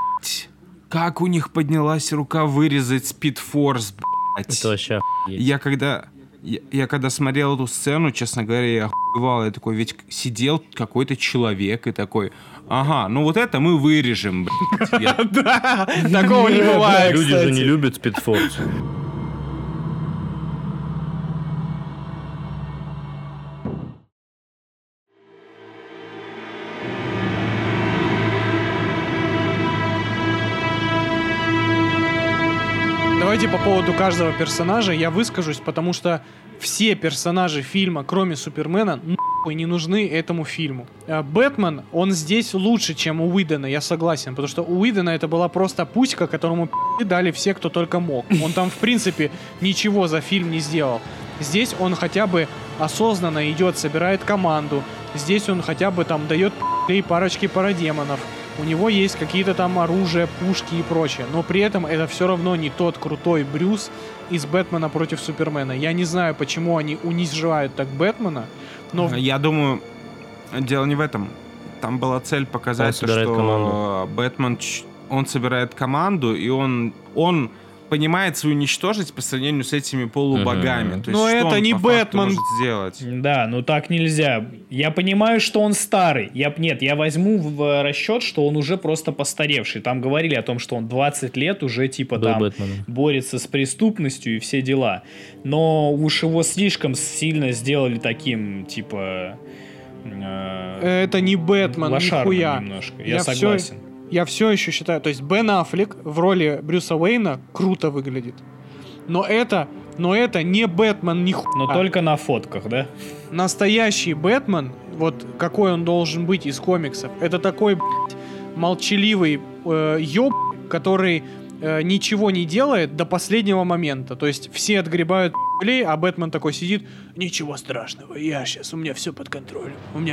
Как у них поднялась рука вырезать Спидфорс, блядь. Это вообще охуеть. Я когда смотрел эту сцену, честно говоря, я охуевал. Я такой, ведь сидел какой-то человек и такой, ага, ну вот это мы вырежем, блядь. Да, такого не бывает, люди же не любят Спидфорс. Давайте по поводу каждого персонажа я выскажусь, потому что все персонажи фильма, кроме Супермена, нахуй не нужны этому фильму. Бэтмен, он здесь лучше, чем у Уидона, я согласен, потому что у Уидона это была просто пуська, которому дали все, кто только мог. Он там, в принципе, ничего за фильм не сделал. Здесь он хотя бы осознанно идет, собирает команду. Здесь он хотя бы там дает парочки парадемонов. У него есть какие-то там оружия, пушки и прочее. Но при этом это все равно не тот крутой Брюс из Бэтмена против Супермена. Я не знаю, почему они унижают так Бэтмена, но... Я думаю, дело не в этом. Там была цель показать, что команду. Бэтмен, он собирает команду, и он понимает свою ничтожность по сравнению с этими полубогами. То есть, Но что это он не по факту Бэтмен. может сделать? Да, ну так нельзя. Я понимаю, что он старый. Я возьму в расчет, что он уже просто постаревший. Там говорили о том, что он 20 лет уже типа До там Бэтмена. борется с преступностью и все дела. Но уж его слишком сильно сделали таким, типа... Это не Бэтмен, лошарным нихуя. немножко. Я всё- согласен. Я все еще считаю, то есть Бен Аффлек в роли Брюса Уэйна круто выглядит. Но это не Бэтмен нихуя. Но только на фотках, да? Настоящий Бэтмен, вот какой он должен быть из комиксов, это такой, блядь, молчаливый ёб, который ничего не делает до последнего момента. То есть все отгребают блей, а Бэтмен такой сидит: ничего страшного, у меня все под контролем.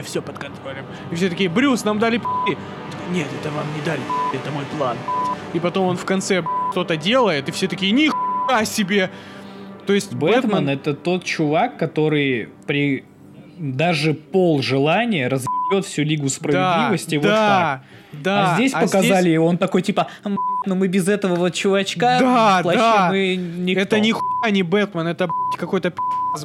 И все такие: Брюс, нам дали пи***. Нет, это вам не дали пи***, это мой план. И потом он в конце что-то делает, и все такие: нихуя себе. То есть Бэтмен это тот чувак, который при даже пол желания разъебет всю Лигу Справедливости вот так. Да, А здесь показали его, он такой типа: ну мы без этого вот чувачка Да, в плаще да. мы никто. Это нихуя не Бэтмен, это, блядь, какой-то пи***ц,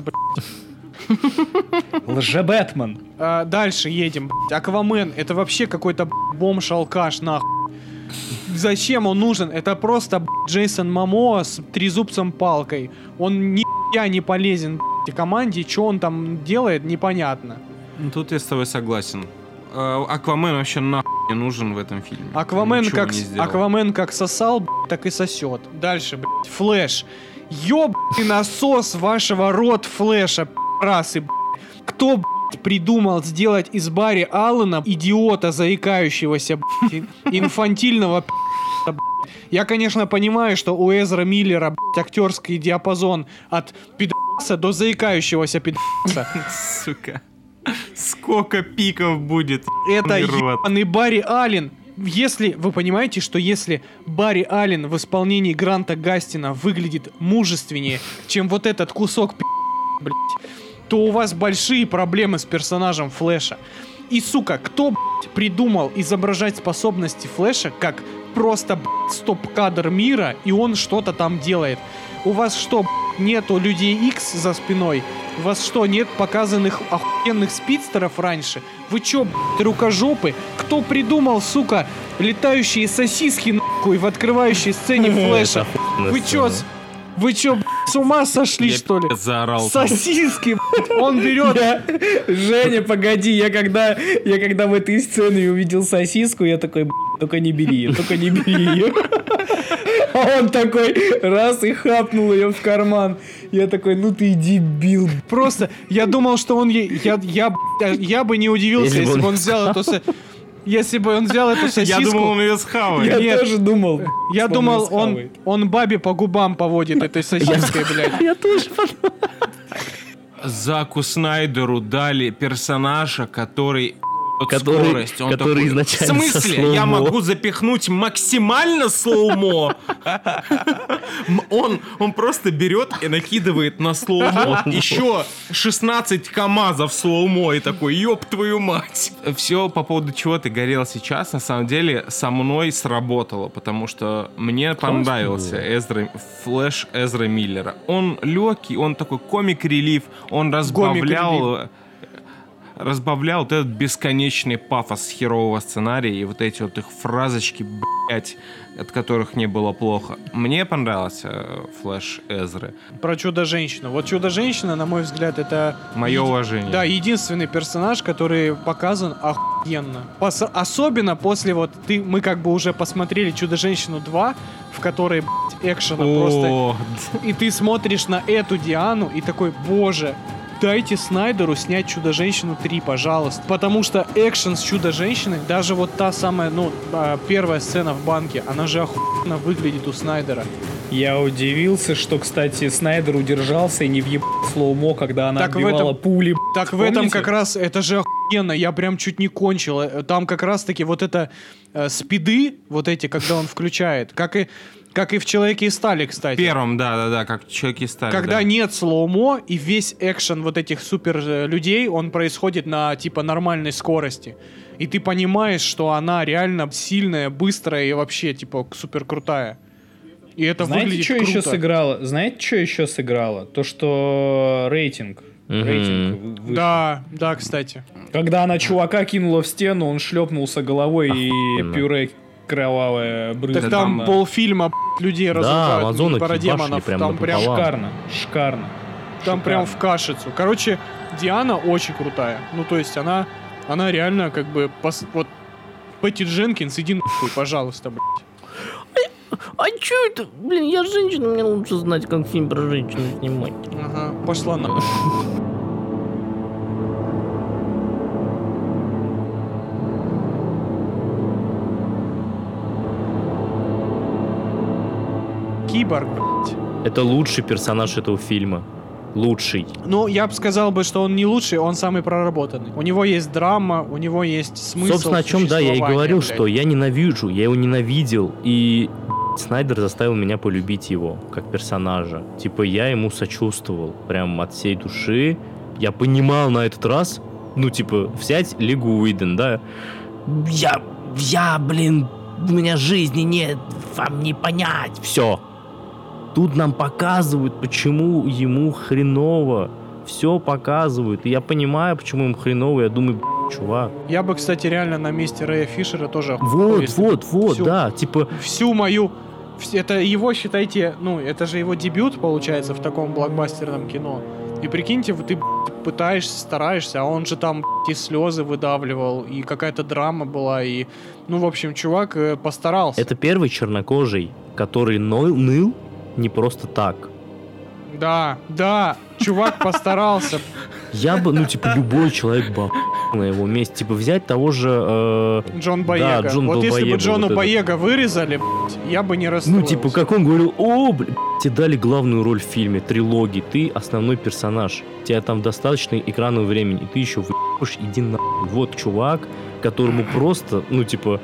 блядь. Лже-Бэтмен. Дальше едем, блядь. Аквамен, это вообще какой-то бомж-алкаш, нахуй. Зачем он нужен? Это просто, блядь, Джейсон Момоа с трезубцем-палкой. Он нихуя не полезен, блядь, команде, что он там делает, непонятно. Ну, тут я с тобой согласен. Аквамен вообще нахуй не нужен в этом фильме. Аквамен Ничего как, не сделал. Аквамен как сосал, блядь, так и сосет. Дальше, блядь, Флэш. Ёбаный насос вашего рот Флэша, пи***расы, блядь. Кто, блядь, придумал сделать из Барри Аллена идиота, заикающегося, блядь, инфантильного пи***а, блядь. Я, конечно, понимаю, что у Эзра Миллера, блядь, актерский диапазон от пидораса до заикающегося пидораса. Сука. Сколько пиков будет? Это Рот. ебаный Барри Аллен. Если вы понимаете, что если Барри Аллен в исполнении Гранта Гастина выглядит мужественнее, чем вот этот кусок блядь, то у вас большие проблемы с персонажем Флэша. И, сука, кто, блядь, придумал изображать способности Флэша как просто, блядь, стоп-кадр мира, и он что-то там делает? У вас что, блядь, нету Людей Икс за спиной? У вас что, нет показанных охуенных спидстеров раньше? Вы чё, блядь, рукожопы? Кто придумал, сука, летающие сосиски, нахуй, в открывающей сцене Флэша? Вы чё, блядь, с ума сошли, Я что ли? пи***ц заорал. там. Сосиски, блядь, он берет... Женя, погоди, я когда в этой сцене увидел сосиску, я такой: только не бери ее. А он такой раз и хапнул ее в карман. Я такой: ну ты дебил. Просто, я думал, что он... Я бы не удивился, если бы он взял эту... Если бы он взял эту сосиску... Я думал, он ее схавает. Я Нет. тоже думал. Я что думал, её схавает. он бабе по губам поводит этой сосиской, блядь. Я тоже подумал. Заку Снайдеру дали персонажа, который... Который- скорость. Он который такой, изначально в со смысле? Я слоумо». могу запихнуть максимально слоумо? Он просто берет и накидывает на слоумо еще 16 КамАЗов слоумо и такой: ёб твою мать. Все по поводу чего ты горел сейчас, на самом деле, со мной сработало, потому что мне понравился Флэш Эзра Миллера. Он легкий, он такой комик-релив, он разбавлял вот этот бесконечный пафос херового сценария и вот эти вот их фразочки, блять, от которых не было плохо. Мне понравился Флэш Эзры. Про Чудо-женщину. Вот Чудо-женщина, на мой взгляд, это... Мое уважение. Да, единственный персонаж, который показан охуенно. Особенно после вот... Мы как бы уже посмотрели Чудо-женщину 2, в которой, блядь, экшена просто... О, И ты смотришь на эту Диану и такой: боже, дайте Снайдеру снять Чудо-женщину 3, пожалуйста. Потому что экшен с Чудо-женщиной, даже вот та самая, первая сцена в банке, она же охуенно выглядит у Снайдера. Я удивился, что, кстати, Снайдер удержался и не въебал слоумо, когда она Так в отбивала этом- пули. Так в этом Помните? как раз, это же охуенно, я прям чуть не кончил. Там как раз-таки вот это спиды, вот эти, когда он включает, как и в «Человеке из стали», кстати. первым, да, как Человеки стали. Когда да. нет слоумо, и весь экшен вот этих супер людей, он происходит на типа нормальной скорости. И ты понимаешь, что она реально сильная, быстрая и вообще типа супер крутая. И это Знаете, выглядит что круто. еще сыграло? Знаете, что еще сыграло? То, что рейтинг. Рейтинг вышел. Да, кстати. Когда она чувака кинула в стену, он шлепнулся головой, и Охуенно. пюре кровавое брызнуло. Так там полфильма людей разрубают амазонок парадемонов. ебашили прям Там прям, напополам. Шикарно. там прям в кашицу. Короче, Диана очень крутая. Ну, то есть она реально как бы... Вот Пэтти Дженкинс, иди нахуй, пожалуйста, блядь. А чё это? Блин, я женщина, мне лучше знать, как фильм про женщину снимать. Ага, пошла нахуй. Киборг, блядь. Это лучший персонаж этого фильма. Лучший. Ну, я бы сказал бы, что он не лучший, он самый проработанный. У него есть драма, у него есть смысл. Собственно, о чем, да, я и существования, говорил, блядь. что я ненавижу, я его ненавидел, и Снайдер заставил меня полюбить его как персонажа. Типа, я ему сочувствовал прям от всей души. Я понимал на этот раз, ну, типа, взять Лигу Уидон, да. Блин, у меня жизни нет, вам не понять, все. Тут нам показывают, почему ему хреново. Все показывают. И я понимаю, почему ему хреново. Я думаю, чувак. Я бы, кстати, реально на месте Рэя Фишера тоже... Вот, если бы всю- да. Типа, Всю мою... Это его, считайте, ну, это же его дебют, получается, в таком блокбастерном кино. И прикиньте, ты пытаешься, стараешься, а он же там и слезы выдавливал, и какая-то драма была, и... Ну, в общем, чувак постарался. это первый чернокожий, который ныл не просто так. Да, чувак постарался. Я бы, ну, типа, любой человек бы на его месте. Типа, взять того же... Джон Боега. Да, Джон вот если Боега, бы Джона вот это. Боега вырезали, я бы не расстроился. Ну, типа, как он говорил, тебе дали главную роль в фильме, трилогии, ты основной персонаж, тебя там достаточно экранного времени, и ты еще выебешь, иди нахуй. Вот чувак, которому просто, ну, типа,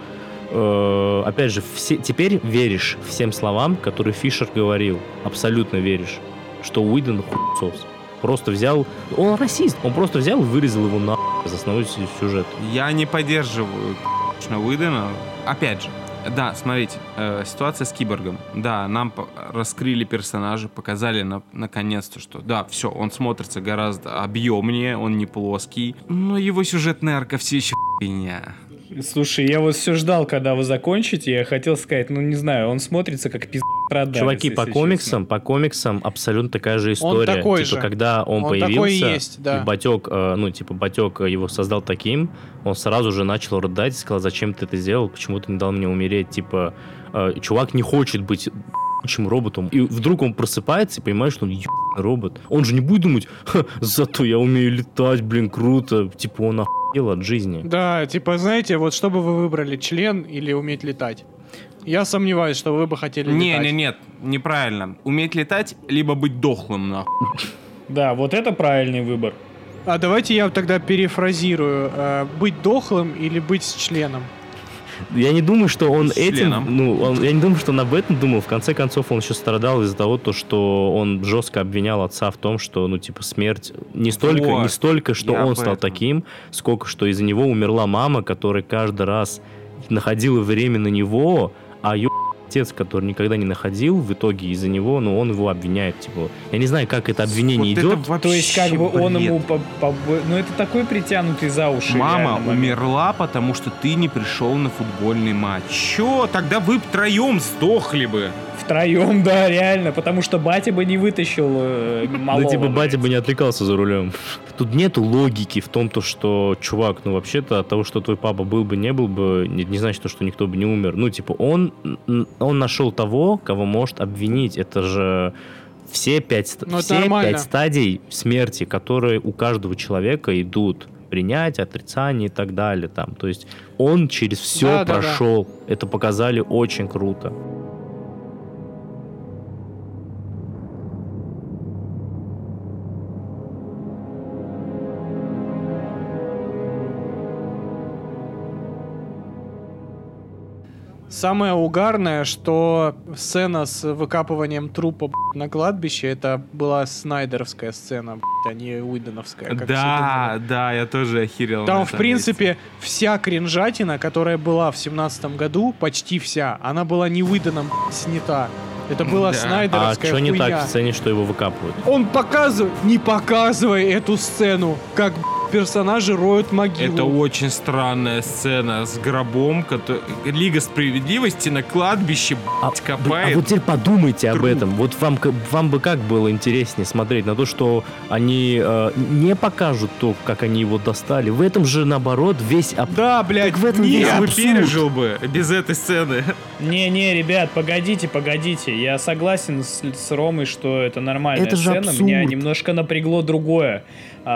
опять же, теперь веришь всем словам, которые Фишер говорил, абсолютно веришь, что Уидон хуйсос. Просто взял, он расист, он просто взял и вырезал его нахуй из основной сюжет. Я не поддерживаю Уидона. Опять же, да, смотрите, ситуация с Киборгом. Да, нам раскрыли персонажа, показали наконец-то, что да, все, он смотрится гораздо объемнее, он не плоский, но его сюжетная арка все еще хуйня. Слушай, я вот все ждал, когда вы закончите. Я хотел сказать, ну не знаю, он смотрится как продавец. Чуваки, если по комиксам абсолютно такая же история. такой типа, же. когда он Он появился, такой и есть, да. и Батек, Батек его создал таким, он сразу же начал рыдать и сказал, зачем ты это сделал, почему ты не дал мне умереть, типа, чувак не хочет быть ебучим роботом. И вдруг он просыпается и понимает, что он ебаный робот. Он же не будет думать, зато я умею летать, блин, круто. Типа, он охуел от жизни. Да, типа, знаете, вот что бы вы выбрали, член или уметь летать? Я сомневаюсь, что вы бы хотели летать. Нет, неправильно. Уметь летать, либо быть дохлым, нахуй. Да, вот это правильный выбор. А давайте я тогда перефразирую. Быть дохлым или быть с членом? Я не думаю, что он С членом. я не думаю, что он об этом думал. В конце концов, он еще страдал из-за того, что он жестко обвинял отца в том, что, ну, типа, смерть не столько, что я он об стал этом. таким, сколько что из-за него умерла мама, которая каждый раз находила время на него, а ее отец, который никогда не находил, в итоге из-за него, ну, он его обвиняет, типа. Я не знаю, как это обвинение Вот это идет. вообще То есть, как бы он бред. ему... Ну, это такой притянутый за уши. Мама реально момент. умерла, потому что ты не пришел на футбольный матч. Чё? Тогда вы втроем сдохли бы. Втроем, да, реально, потому что батя бы не вытащил малого. Да, типа, батя блядь. бы не отвлекался за рулем. Тут нету логики в том, то, что, чувак, ну, вообще-то от того, что твой папа был бы, не был бы, не значит, что никто бы не умер. Ну, типа, он нашел того, кого может обвинить. Это же все пять Ну, это нормально. стадий смерти, которые у каждого человека идут. Принятие, отрицание и так далее. Там. То есть он через все Да. прошел. Это показали очень круто. Самое угарное, что сцена с выкапыванием трупа на кладбище, это была снайдеровская сцена, а не уидоновская. как все думали. Да, я тоже охерел. Там, на в этом принципе, вся кринжатина, которая была в 17 году, почти вся, она была не Уидоном снята. Это была Да. А снайдеровская что не хуйня. так в сцене, что его выкапывают? Он показывает, не показывай эту сцену, как персонажи роют могилу. Это очень странная сцена с гробом, Лига Справедливости на кладбище, А копает. вот теперь подумайте об труп. этом. Вот вам бы как было интереснее смотреть на то, что они не покажут то, как они его достали. В этом же, наоборот, весь... Да, блядь, Так в этом нет. весь Я бы абсурд. пережил бы без этой сцены. Не-не, ребят, погодите. Я согласен с Ромой, что это нормальная Это же сцена. абсурд. Меня немножко напрягло другое.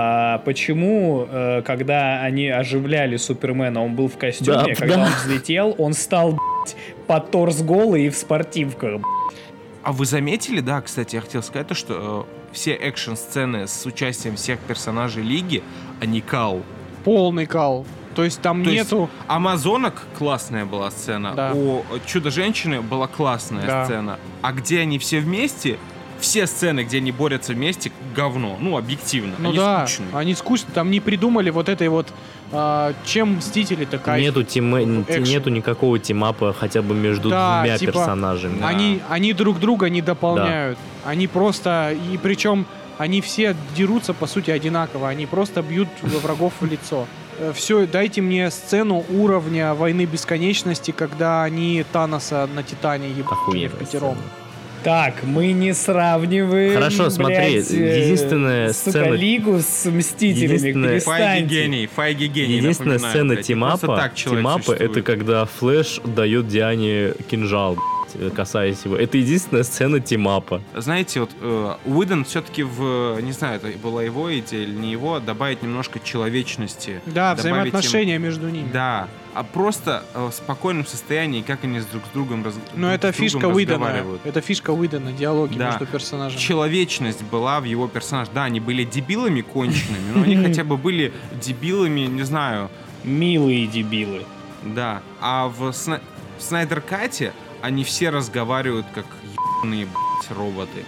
Почему, когда они оживляли Супермена, он был в костюме, Да, когда да. он взлетел, он стал, под торс голый и в спортивках. А вы заметили, да, кстати, я хотел сказать то, что все экшн-сцены с участием всех персонажей Лиги, они кал. Полный кал. То есть там То есть нету... Амазонок классная была сцена, Да. у Чудо-женщины была классная Да. сцена. А где они все вместе, все сцены, где они борются вместе, говно. Ну, объективно. Ну они да, скучные. они скучные. Там не придумали вот этой вот... чем Мстители-то кайф. Нету никакого тимапа хотя бы между Да, двумя типа, персонажами. Да. Они друг друга не дополняют. Они просто... И причем они все дерутся, по сути, одинаково. Они просто бьют врагов в лицо. Все, дайте мне сцену уровня Войны Бесконечности, когда они Таноса на Титане ебали Охуенная впятером. сцена. Так, мы не сравниваем, Хорошо, смотри, единственная сука, сцена- Лигу с Мстителями. единственная- Перестаньте. Файги гений. Единственная напоминаю, сцена блядь, не просто тимапа, так человек это существует. когда Флэш дает Диане кинжал, блядь, касаясь его. Это единственная сцена тимапа. Знаете, вот Уидон все-таки не знаю, это была его идея или не его, добавить немножко человечности. Да, добавить взаимоотношения между ними. им- Да, а просто в спокойном состоянии, как они друг с другом Но это друг с фишка другом Уидона. разговаривают. Это фишка Уидона, диалоги Да. между персонажами. Человечность была в его персонаже. Да, они были дебилами конченными, но они хотя бы были дебилами, не знаю, Милые дебилы. да. А в Снайдер-кате они все разговаривают как ебаные, блядь, роботы.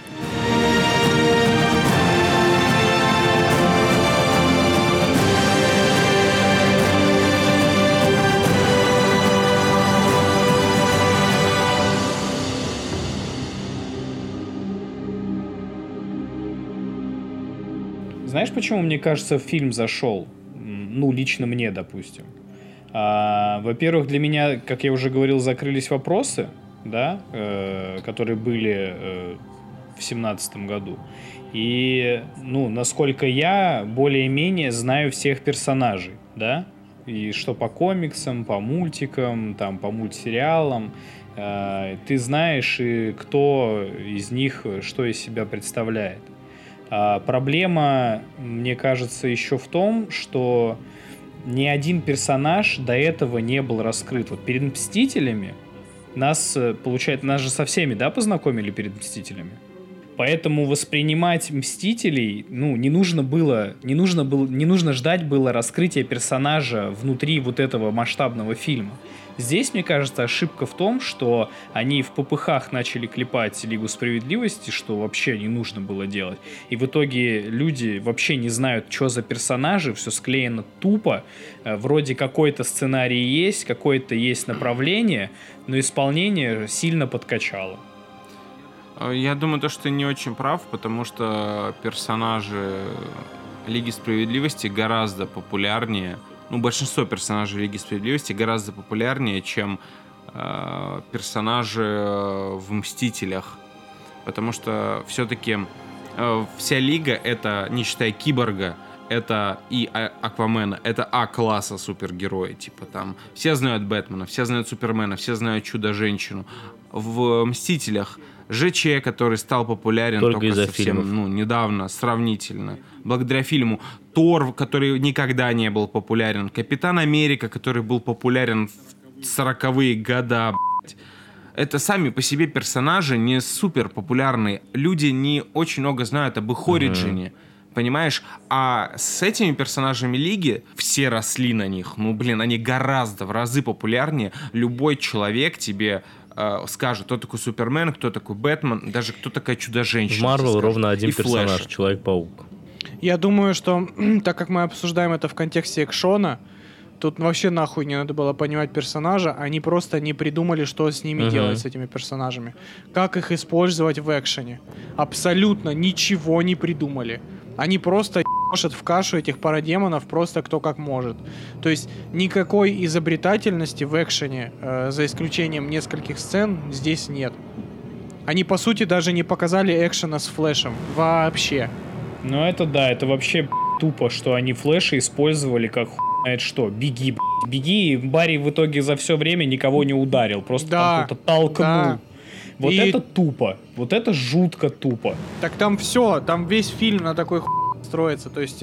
Знаешь, почему, мне кажется, фильм зашел? Ну, лично мне, допустим. Во-первых, для меня, как я уже говорил, закрылись вопросы, да, которые были в 2017 году. И, ну, насколько я более-менее знаю всех персонажей, да, и что по комиксам, по мультикам, там, по мультсериалам, ты знаешь, и кто из них что из себя представляет. Проблема, мне кажется, еще в том, что ни один персонаж до этого не был раскрыт. Вот перед «Мстителями» нас, получается, нас же со всеми, да, познакомили перед «Мстителями»? Поэтому воспринимать «Мстителей», ну, не нужно ждать было раскрытия персонажа внутри вот этого масштабного фильма. Здесь, мне кажется, ошибка в том, что они в попыхах начали клепать Лигу Справедливости, что вообще не нужно было делать. И в итоге люди вообще не знают, что за персонажи, все склеено тупо. Вроде какой-то сценарий есть, какое-то есть направление, но исполнение сильно подкачало. Я думаю, то, что ты не очень прав, потому что персонажи Лиги Справедливости гораздо популярнее. Ну, большинство персонажей Лиги Справедливости гораздо популярнее, чем персонажи в «Мстителях». Потому что все-таки вся Лига, это, не считая Киборга, это и Аквамена, это А-класса супергерои. Типа там все знают Бэтмена, все знают Супермена, все знают Чудо-женщину. В «Мстителях» ЖЧ, который стал популярен Только только из-за совсем фильмов. недавно, сравнительно. Благодаря фильму. Тор, который никогда не был популярен. Капитан Америка, который был популярен в 40-е года, блядь. Это сами по себе персонажи не супер популярные. Люди не очень много знают об их оригине. Понимаешь? А с этими персонажами Лиги все росли на них. Ну, блин, они гораздо в разы популярнее. Любой человек тебе скажет, кто такой Супермен, кто такой Бэтмен, даже кто такая В Чудо-женщина. Марвел скажет. ровно один И персонаж, Флэш. Человек-паук. Я думаю, что так как мы обсуждаем это в контексте экшона, Тут вообще нахуй не надо было понимать персонажа. Они просто не придумали, что с ними делать, с этими персонажами. Как их использовать в экшене. Абсолютно ничего не придумали. Они просто ебашат в кашу этих парадемонов просто кто как может. То есть никакой изобретательности в экшене, за исключением нескольких сцен, здесь нет. Они, по сути, даже не показали экшена с Флэшем. Вообще. Ну это да, это вообще тупо, что они Флэша использовали как знает что. Беги, беги, и Барри в итоге за все время никого не ударил. Просто там кто-то толкнул. Да. Вот это тупо. Вот это жутко тупо. Так там все, там весь фильм на такой строится. То есть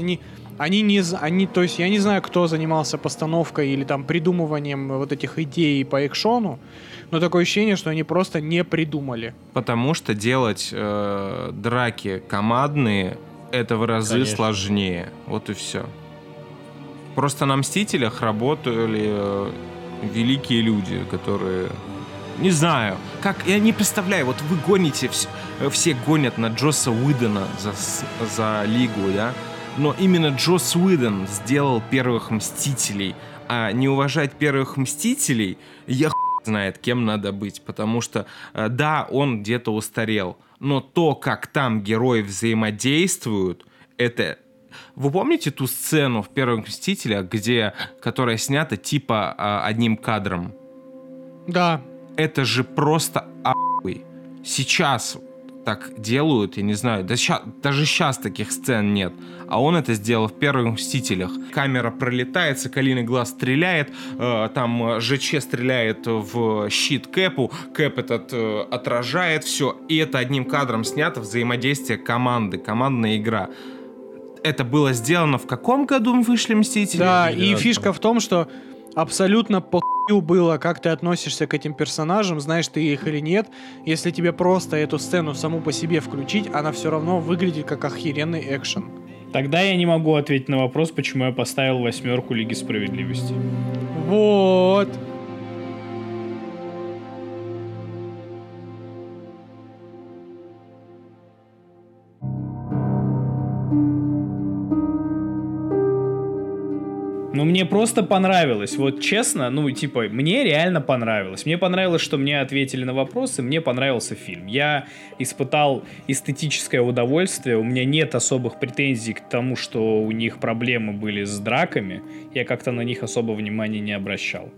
то есть я не знаю, кто занимался постановкой или там придумыванием вот этих идей по экшону, но такое ощущение, что они просто не придумали. Потому что делать драки командные это в разы сложнее. Вот и все. Просто на «Мстителях» работали великие люди, которые... Не знаю, как... Я не представляю, вот вы гоните... Все гонят на Джосса Уидона за Лигу, да? Но именно Джосс Уидон сделал первых «Мстителей». А не уважать первых «Мстителей» я знает, кем надо быть. Потому что, да, он где-то устарел. Но то, как там герои взаимодействуют, это... Вы помните ту сцену в «Первых Мстителях», которая снята типа одним кадром? Да. Это же просто охуй. Сейчас так делают, я не знаю, даже сейчас таких сцен нет. А он это сделал в «Первых Мстителях». Камера пролетает, Соколиный глаз стреляет, там ЖЧ стреляет в щит Кэпу, Кэп этот отражает все. И это одним кадром снято, взаимодействие команды, командная игра. Это было сделано в каком году мы вышли «Мстители»? Да, и фишка в том, что абсолютно похую было, как ты относишься к этим персонажам, знаешь ты их или нет. Если тебе просто эту сцену саму по себе включить, она все равно выглядит как охеренный экшен. Тогда я не могу ответить на вопрос, почему я поставил 8 Лиги Справедливости. Вот. Ну, мне просто понравилось. Вот честно, мне реально понравилось. Мне понравилось, что мне ответили на вопросы, мне понравился фильм. Я испытал эстетическое удовольствие, у меня нет особых претензий к тому, что у них проблемы были с драками. Я как-то на них особо внимания не обращал.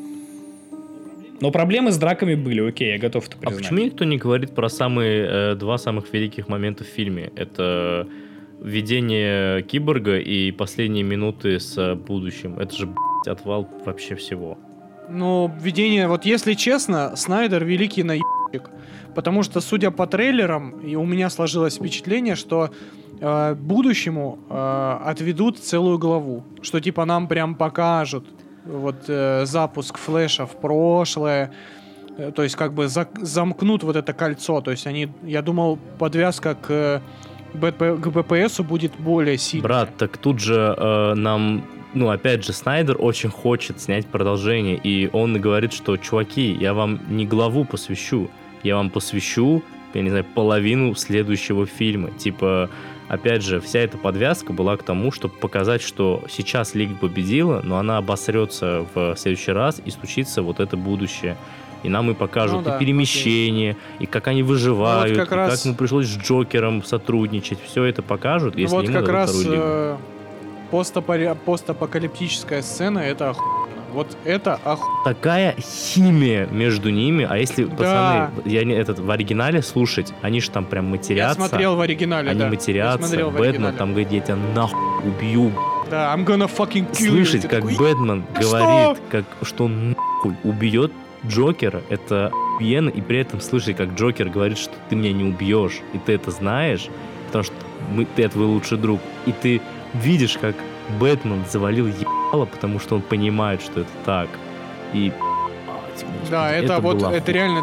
Но проблемы с драками были, окей, я готов это признать. А почему никто не говорит про два самых великих момента в фильме? Это... введение Киборга и последние минуты с будущим. Это же, отвал вообще всего. Ну, введение... Вот если честно, Снайдер великий наебщик. Потому что, судя по трейлерам, и у меня сложилось впечатление, что будущему отведут целую главу. Что типа нам прям покажут запуск Флэша в прошлое. То есть как бы замкнут вот это кольцо. То есть я думал, подвязка к БПСу будет более сильной. Брат, так тут же нам, опять же, Снайдер очень хочет снять продолжение, и он говорит, что, чуваки, я вам не главу посвящу, я вам посвящу, я не знаю, половину следующего фильма. Типа, опять же, вся эта подвязка была к тому, чтобы показать, что сейчас Лига победила, но она обосрется в следующий раз, и случится вот это будущее. И нам и покажут и перемещение, и как они выживают, и как ему пришлось с Джокером сотрудничать. Все это покажут, если вот ему как дадут раз вторую лигу. Постапокалиптическая сцена, это охуенно. Вот это охуенно. Такая химия между ними, а если, пацаны, в оригинале слушать, они же там прям матерятся. Я смотрел в оригинале, они матерятся, Бэтмен там говорит, я тебя нахуй убью. Да, I'm gonna fucking kill you. Слышать, как Бэтмен говорит, что он нахуй убьет Джокера, это охуенно, и при этом слышать, как Джокер говорит, что ты меня не убьешь, и ты это знаешь, потому что ты твой лучший друг, и ты видишь, как Бэтмен завалил ебало, потому что он понимает, что это так, и... Да, это реально,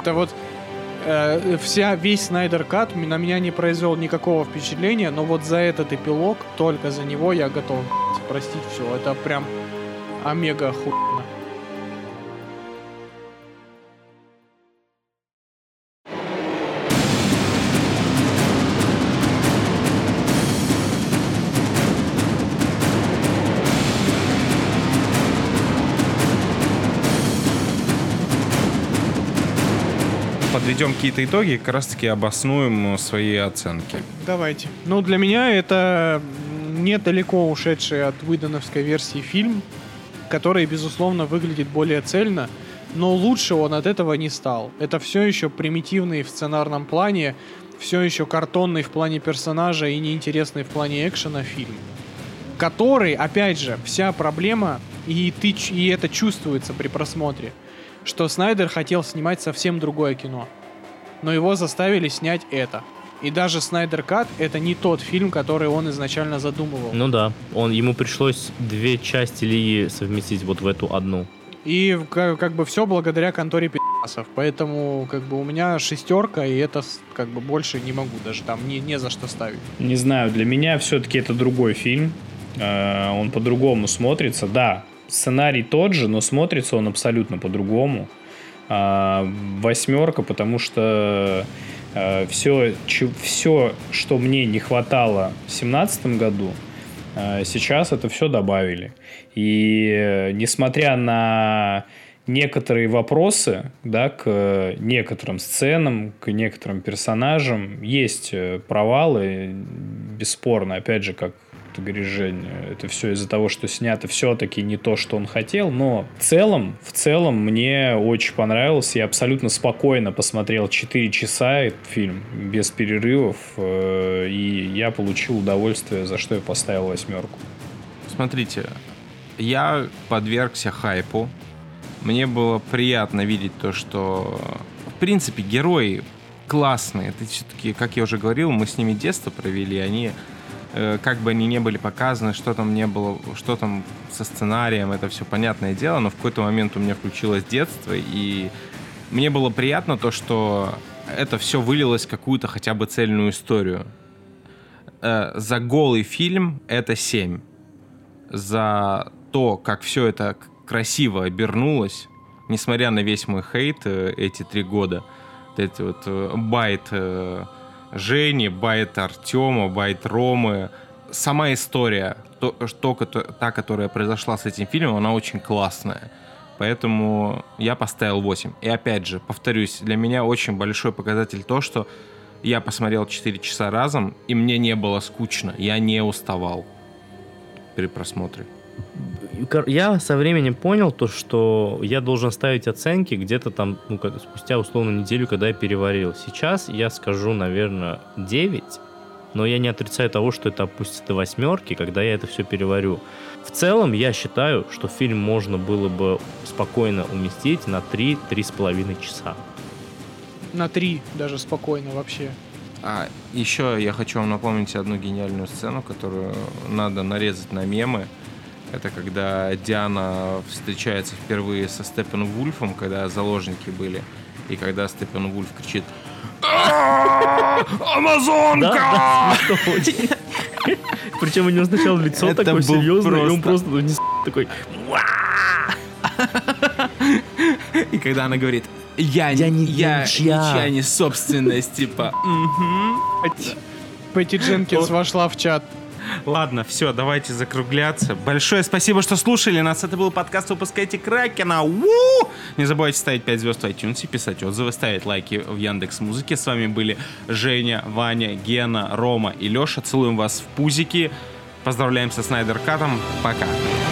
весь Снайдер Кат на меня не произвел никакого впечатления, но вот за этот эпилог, только за него я готов простить все, это прям омега охуенно. подведем какие-то итоги и как раз-таки обоснуем свои оценки. Давайте. Ну, для меня это недалеко ушедший от уидоновской версии фильм, который, безусловно, выглядит более цельно, но лучше он от этого не стал. Это все еще примитивный в сценарном плане, все еще картонный в плане персонажа и неинтересный в плане экшена фильм, который, опять же, вся проблема, и это чувствуется при просмотре, что Снайдер хотел снимать совсем другое кино, но его заставили снять это. И даже Снайдер Кат — это не тот фильм, который он изначально задумывал. Ну да, ему пришлось 2 части Лиги совместить вот в эту одну. И как бы все благодаря конторе пи***сов. Поэтому как бы у меня 6, и это как бы больше не могу даже там не за что ставить. Не знаю, для меня все-таки это другой фильм. Он по-другому смотрится. Да, сценарий тот же, но смотрится он абсолютно по-другому. 8, потому что все, что мне не хватало в 2017 году, сейчас это все добавили. И несмотря на некоторые вопросы, да, к некоторым сценам, к некоторым персонажам, есть провалы, бесспорно. Опять же, как ты говоришь, Жень, это все из-за того, что снято все-таки не то, что он хотел, но в целом мне очень понравился. Я абсолютно спокойно посмотрел 4 часа этот фильм, без перерывов, и я получил удовольствие, за что я поставил 8. Смотрите, я подвергся хайпу. Мне было приятно видеть то, что, в принципе, герои классные. Это все-таки, как я уже говорил, мы с ними детство провели, они... Как бы они не были показаны, что там не было, что там со сценарием, это все понятное дело, но в какой-то момент у меня включилось детство, и мне было приятно то, что это все вылилось в какую-то хотя бы цельную историю. За голый фильм это 7. За то, как все это красиво обернулось, несмотря на весь мой хейт эти 3 года, вот эти вот байт... Жени, байт Артема, байт Ромы. Сама история, та, которая произошла с этим фильмом, она очень классная. Поэтому я поставил 8. И опять же, повторюсь, для меня очень большой показатель то, что я посмотрел 4 часа разом, и мне не было скучно. Я не уставал при просмотре. Я со временем понял то, что я должен ставить оценки где-то там, спустя условно неделю, когда я переварил. Сейчас я скажу, наверное, 9, но я не отрицаю того, что это опустится до 8, когда я это все переварю. В целом, я считаю, что фильм можно было бы спокойно уместить на 3-3,5 часа. На 3 даже спокойно вообще. А еще я хочу вам напомнить одну гениальную сцену, которую надо нарезать на мемы. Это когда Диана встречается впервые со Степпенвульфом, когда заложники были, и когда Степпенвульф кричит «Амазонка!» Причем у него сначала лицо такое серьезное, и он просто такой... И когда она говорит «Я ничья не собственность», типа Пэтти Дженкинс вошла в чат. Ладно, все, давайте закругляться. Большое спасибо, что слушали нас. Это был подкаст «Выпускайте Кракена». Не забывайте ставить 5 звезд в iTunes, писать отзывы, ставить лайки в Яндекс.Музыке. С вами были Женя, Ваня, Гена, Рома и Леша. Целуем вас в пузики. Поздравляем со Снайдер Катом. Пока.